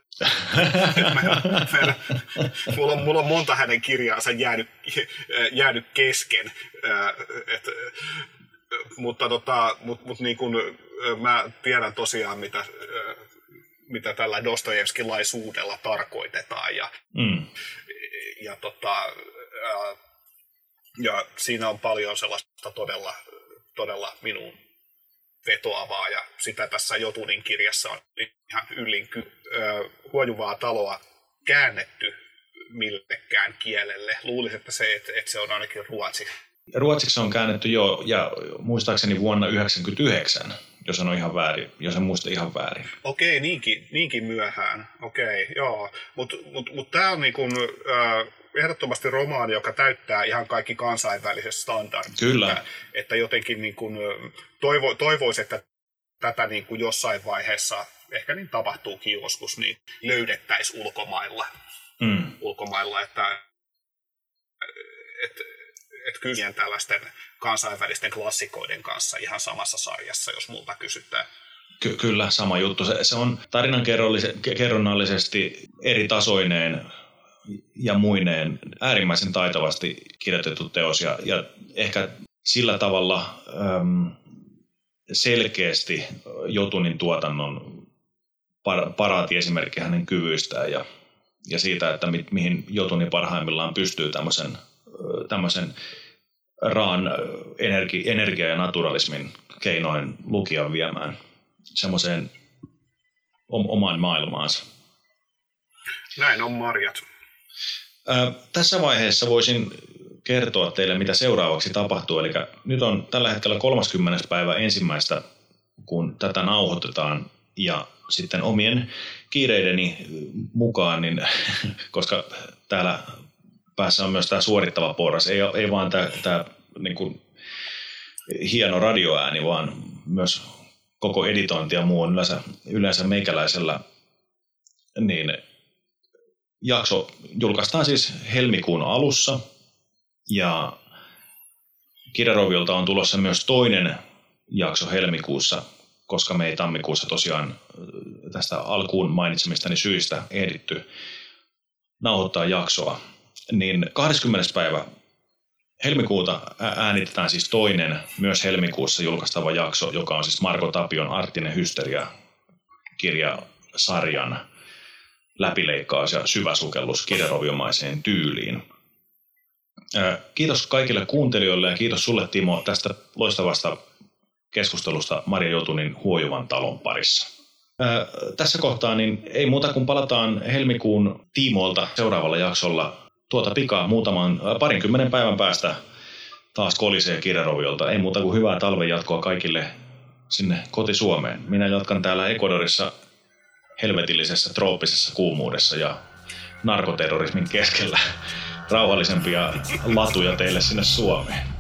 mulla, on, mulla on monta hänen kirjaansa jäänyt, jäänyt kesken, et, mutta, tota, mut, mut niin kun, mä tiedän tosiaan, mitä, mitä tällä Dostojevskilaisuudella tarkoitetaan. Ja, mm. ja, tota, ja siinä on paljon sellaista todella, todella minuun vetoavaa, ja sitä tässä Jotunin kirjassa on ihan yllin ky- ö, huojuvaa taloa käännetty millekään kielelle. Luulisin, että se, että, että se on ainakin ruotsiksi. Ruotsiksi on käännetty jo, ja muistaakseni vuonna yhdeksänkymmentäyhdeksän, jos en ole ihan väärin, jos en muista ihan väärin. Okei, niinkin, niinkin myöhään. Okei, joo. Mutta mut, mut tämä on niin kun, äh, ehdottomasti romaani, joka täyttää ihan kaikki kansainväliset standardit. Kyllä. Että, että jotenkin niin kun, toivo, toivoisi, että tätä niin kun jossain vaiheessa, ehkä niin tapahtuukin joskus, niin löydettäisiin ulkomailla. Mm. ulkomailla, että et, et kyllä tällaisten kansainvälisten klassikoiden kanssa ihan samassa sarjassa, jos multa kysytään. Ky- kyllä, sama juttu. Se, se on tarinankerronnallisesti eri tasoineen ja muineen äärimmäisen taitavasti kirjoitettu teos, ja, ja ehkä sillä tavalla äm, selkeästi Jotunin tuotannon par- paraati esimerkki hänen kyvyistään ja, ja siitä, että mi- mihin Jotuni parhaimmillaan pystyy tämmöisen, tämmöisen raan energi- energia- ja naturalismin keinoin lukijan viemään semmoiseen omaan maailmaansa. Näin on marjat. Ää, tässä vaiheessa voisin kertoa teille, mitä seuraavaksi tapahtuu. Eli nyt on tällä hetkellä kolmaskymmenes päivä ensimmäistä, kun tätä nauhoitetaan, ja sitten omien kiireideni mukaan, niin, koska täällä päässä on myös tämä suorittava porras, ei, ei vaan tämä, tämä niin kuin hieno radioääni, vaan myös koko editointi ja muu on yleensä, yleensä meikäläisellä, niin jakso julkaistaan siis helmikuun alussa, ja Kirjaroviolta on tulossa myös toinen jakso helmikuussa, koska me ei tammikuussa tosiaan tästä alkuun mainitsemistani syistä ehditty nauhoittaa jaksoa. Niin kahdeskymmenes päivä helmikuuta äänitetään siis toinen myös helmikuussa julkaistava jakso, joka on siis Marko Tapion Arktinen hysteria -kirjasarjan läpileikkaus ja syvä sukellus kirjaroviomaiseen tyyliin. Kiitos kaikille kuuntelijoille ja kiitos sulle, Timo, tästä loistavasta keskustelusta Marja Jotunin Huojuvan talon parissa. Ää, tässä kohtaa niin ei muuta kuin palataan helmikuun tiimoilta seuraavalla jaksolla. Tuota pikaa muutaman parinkymmenen päivän päästä taas kolisee Kirjaroviolta. Ei muuta kuin hyvää talven jatkoa kaikille sinne koti-Suomeen. Minä jatkan täällä Ecuadorissa helvetillisessä trooppisessa kuumuudessa ja narkoterrorismin keskellä rauhallisempia latuja teille sinne Suomeen.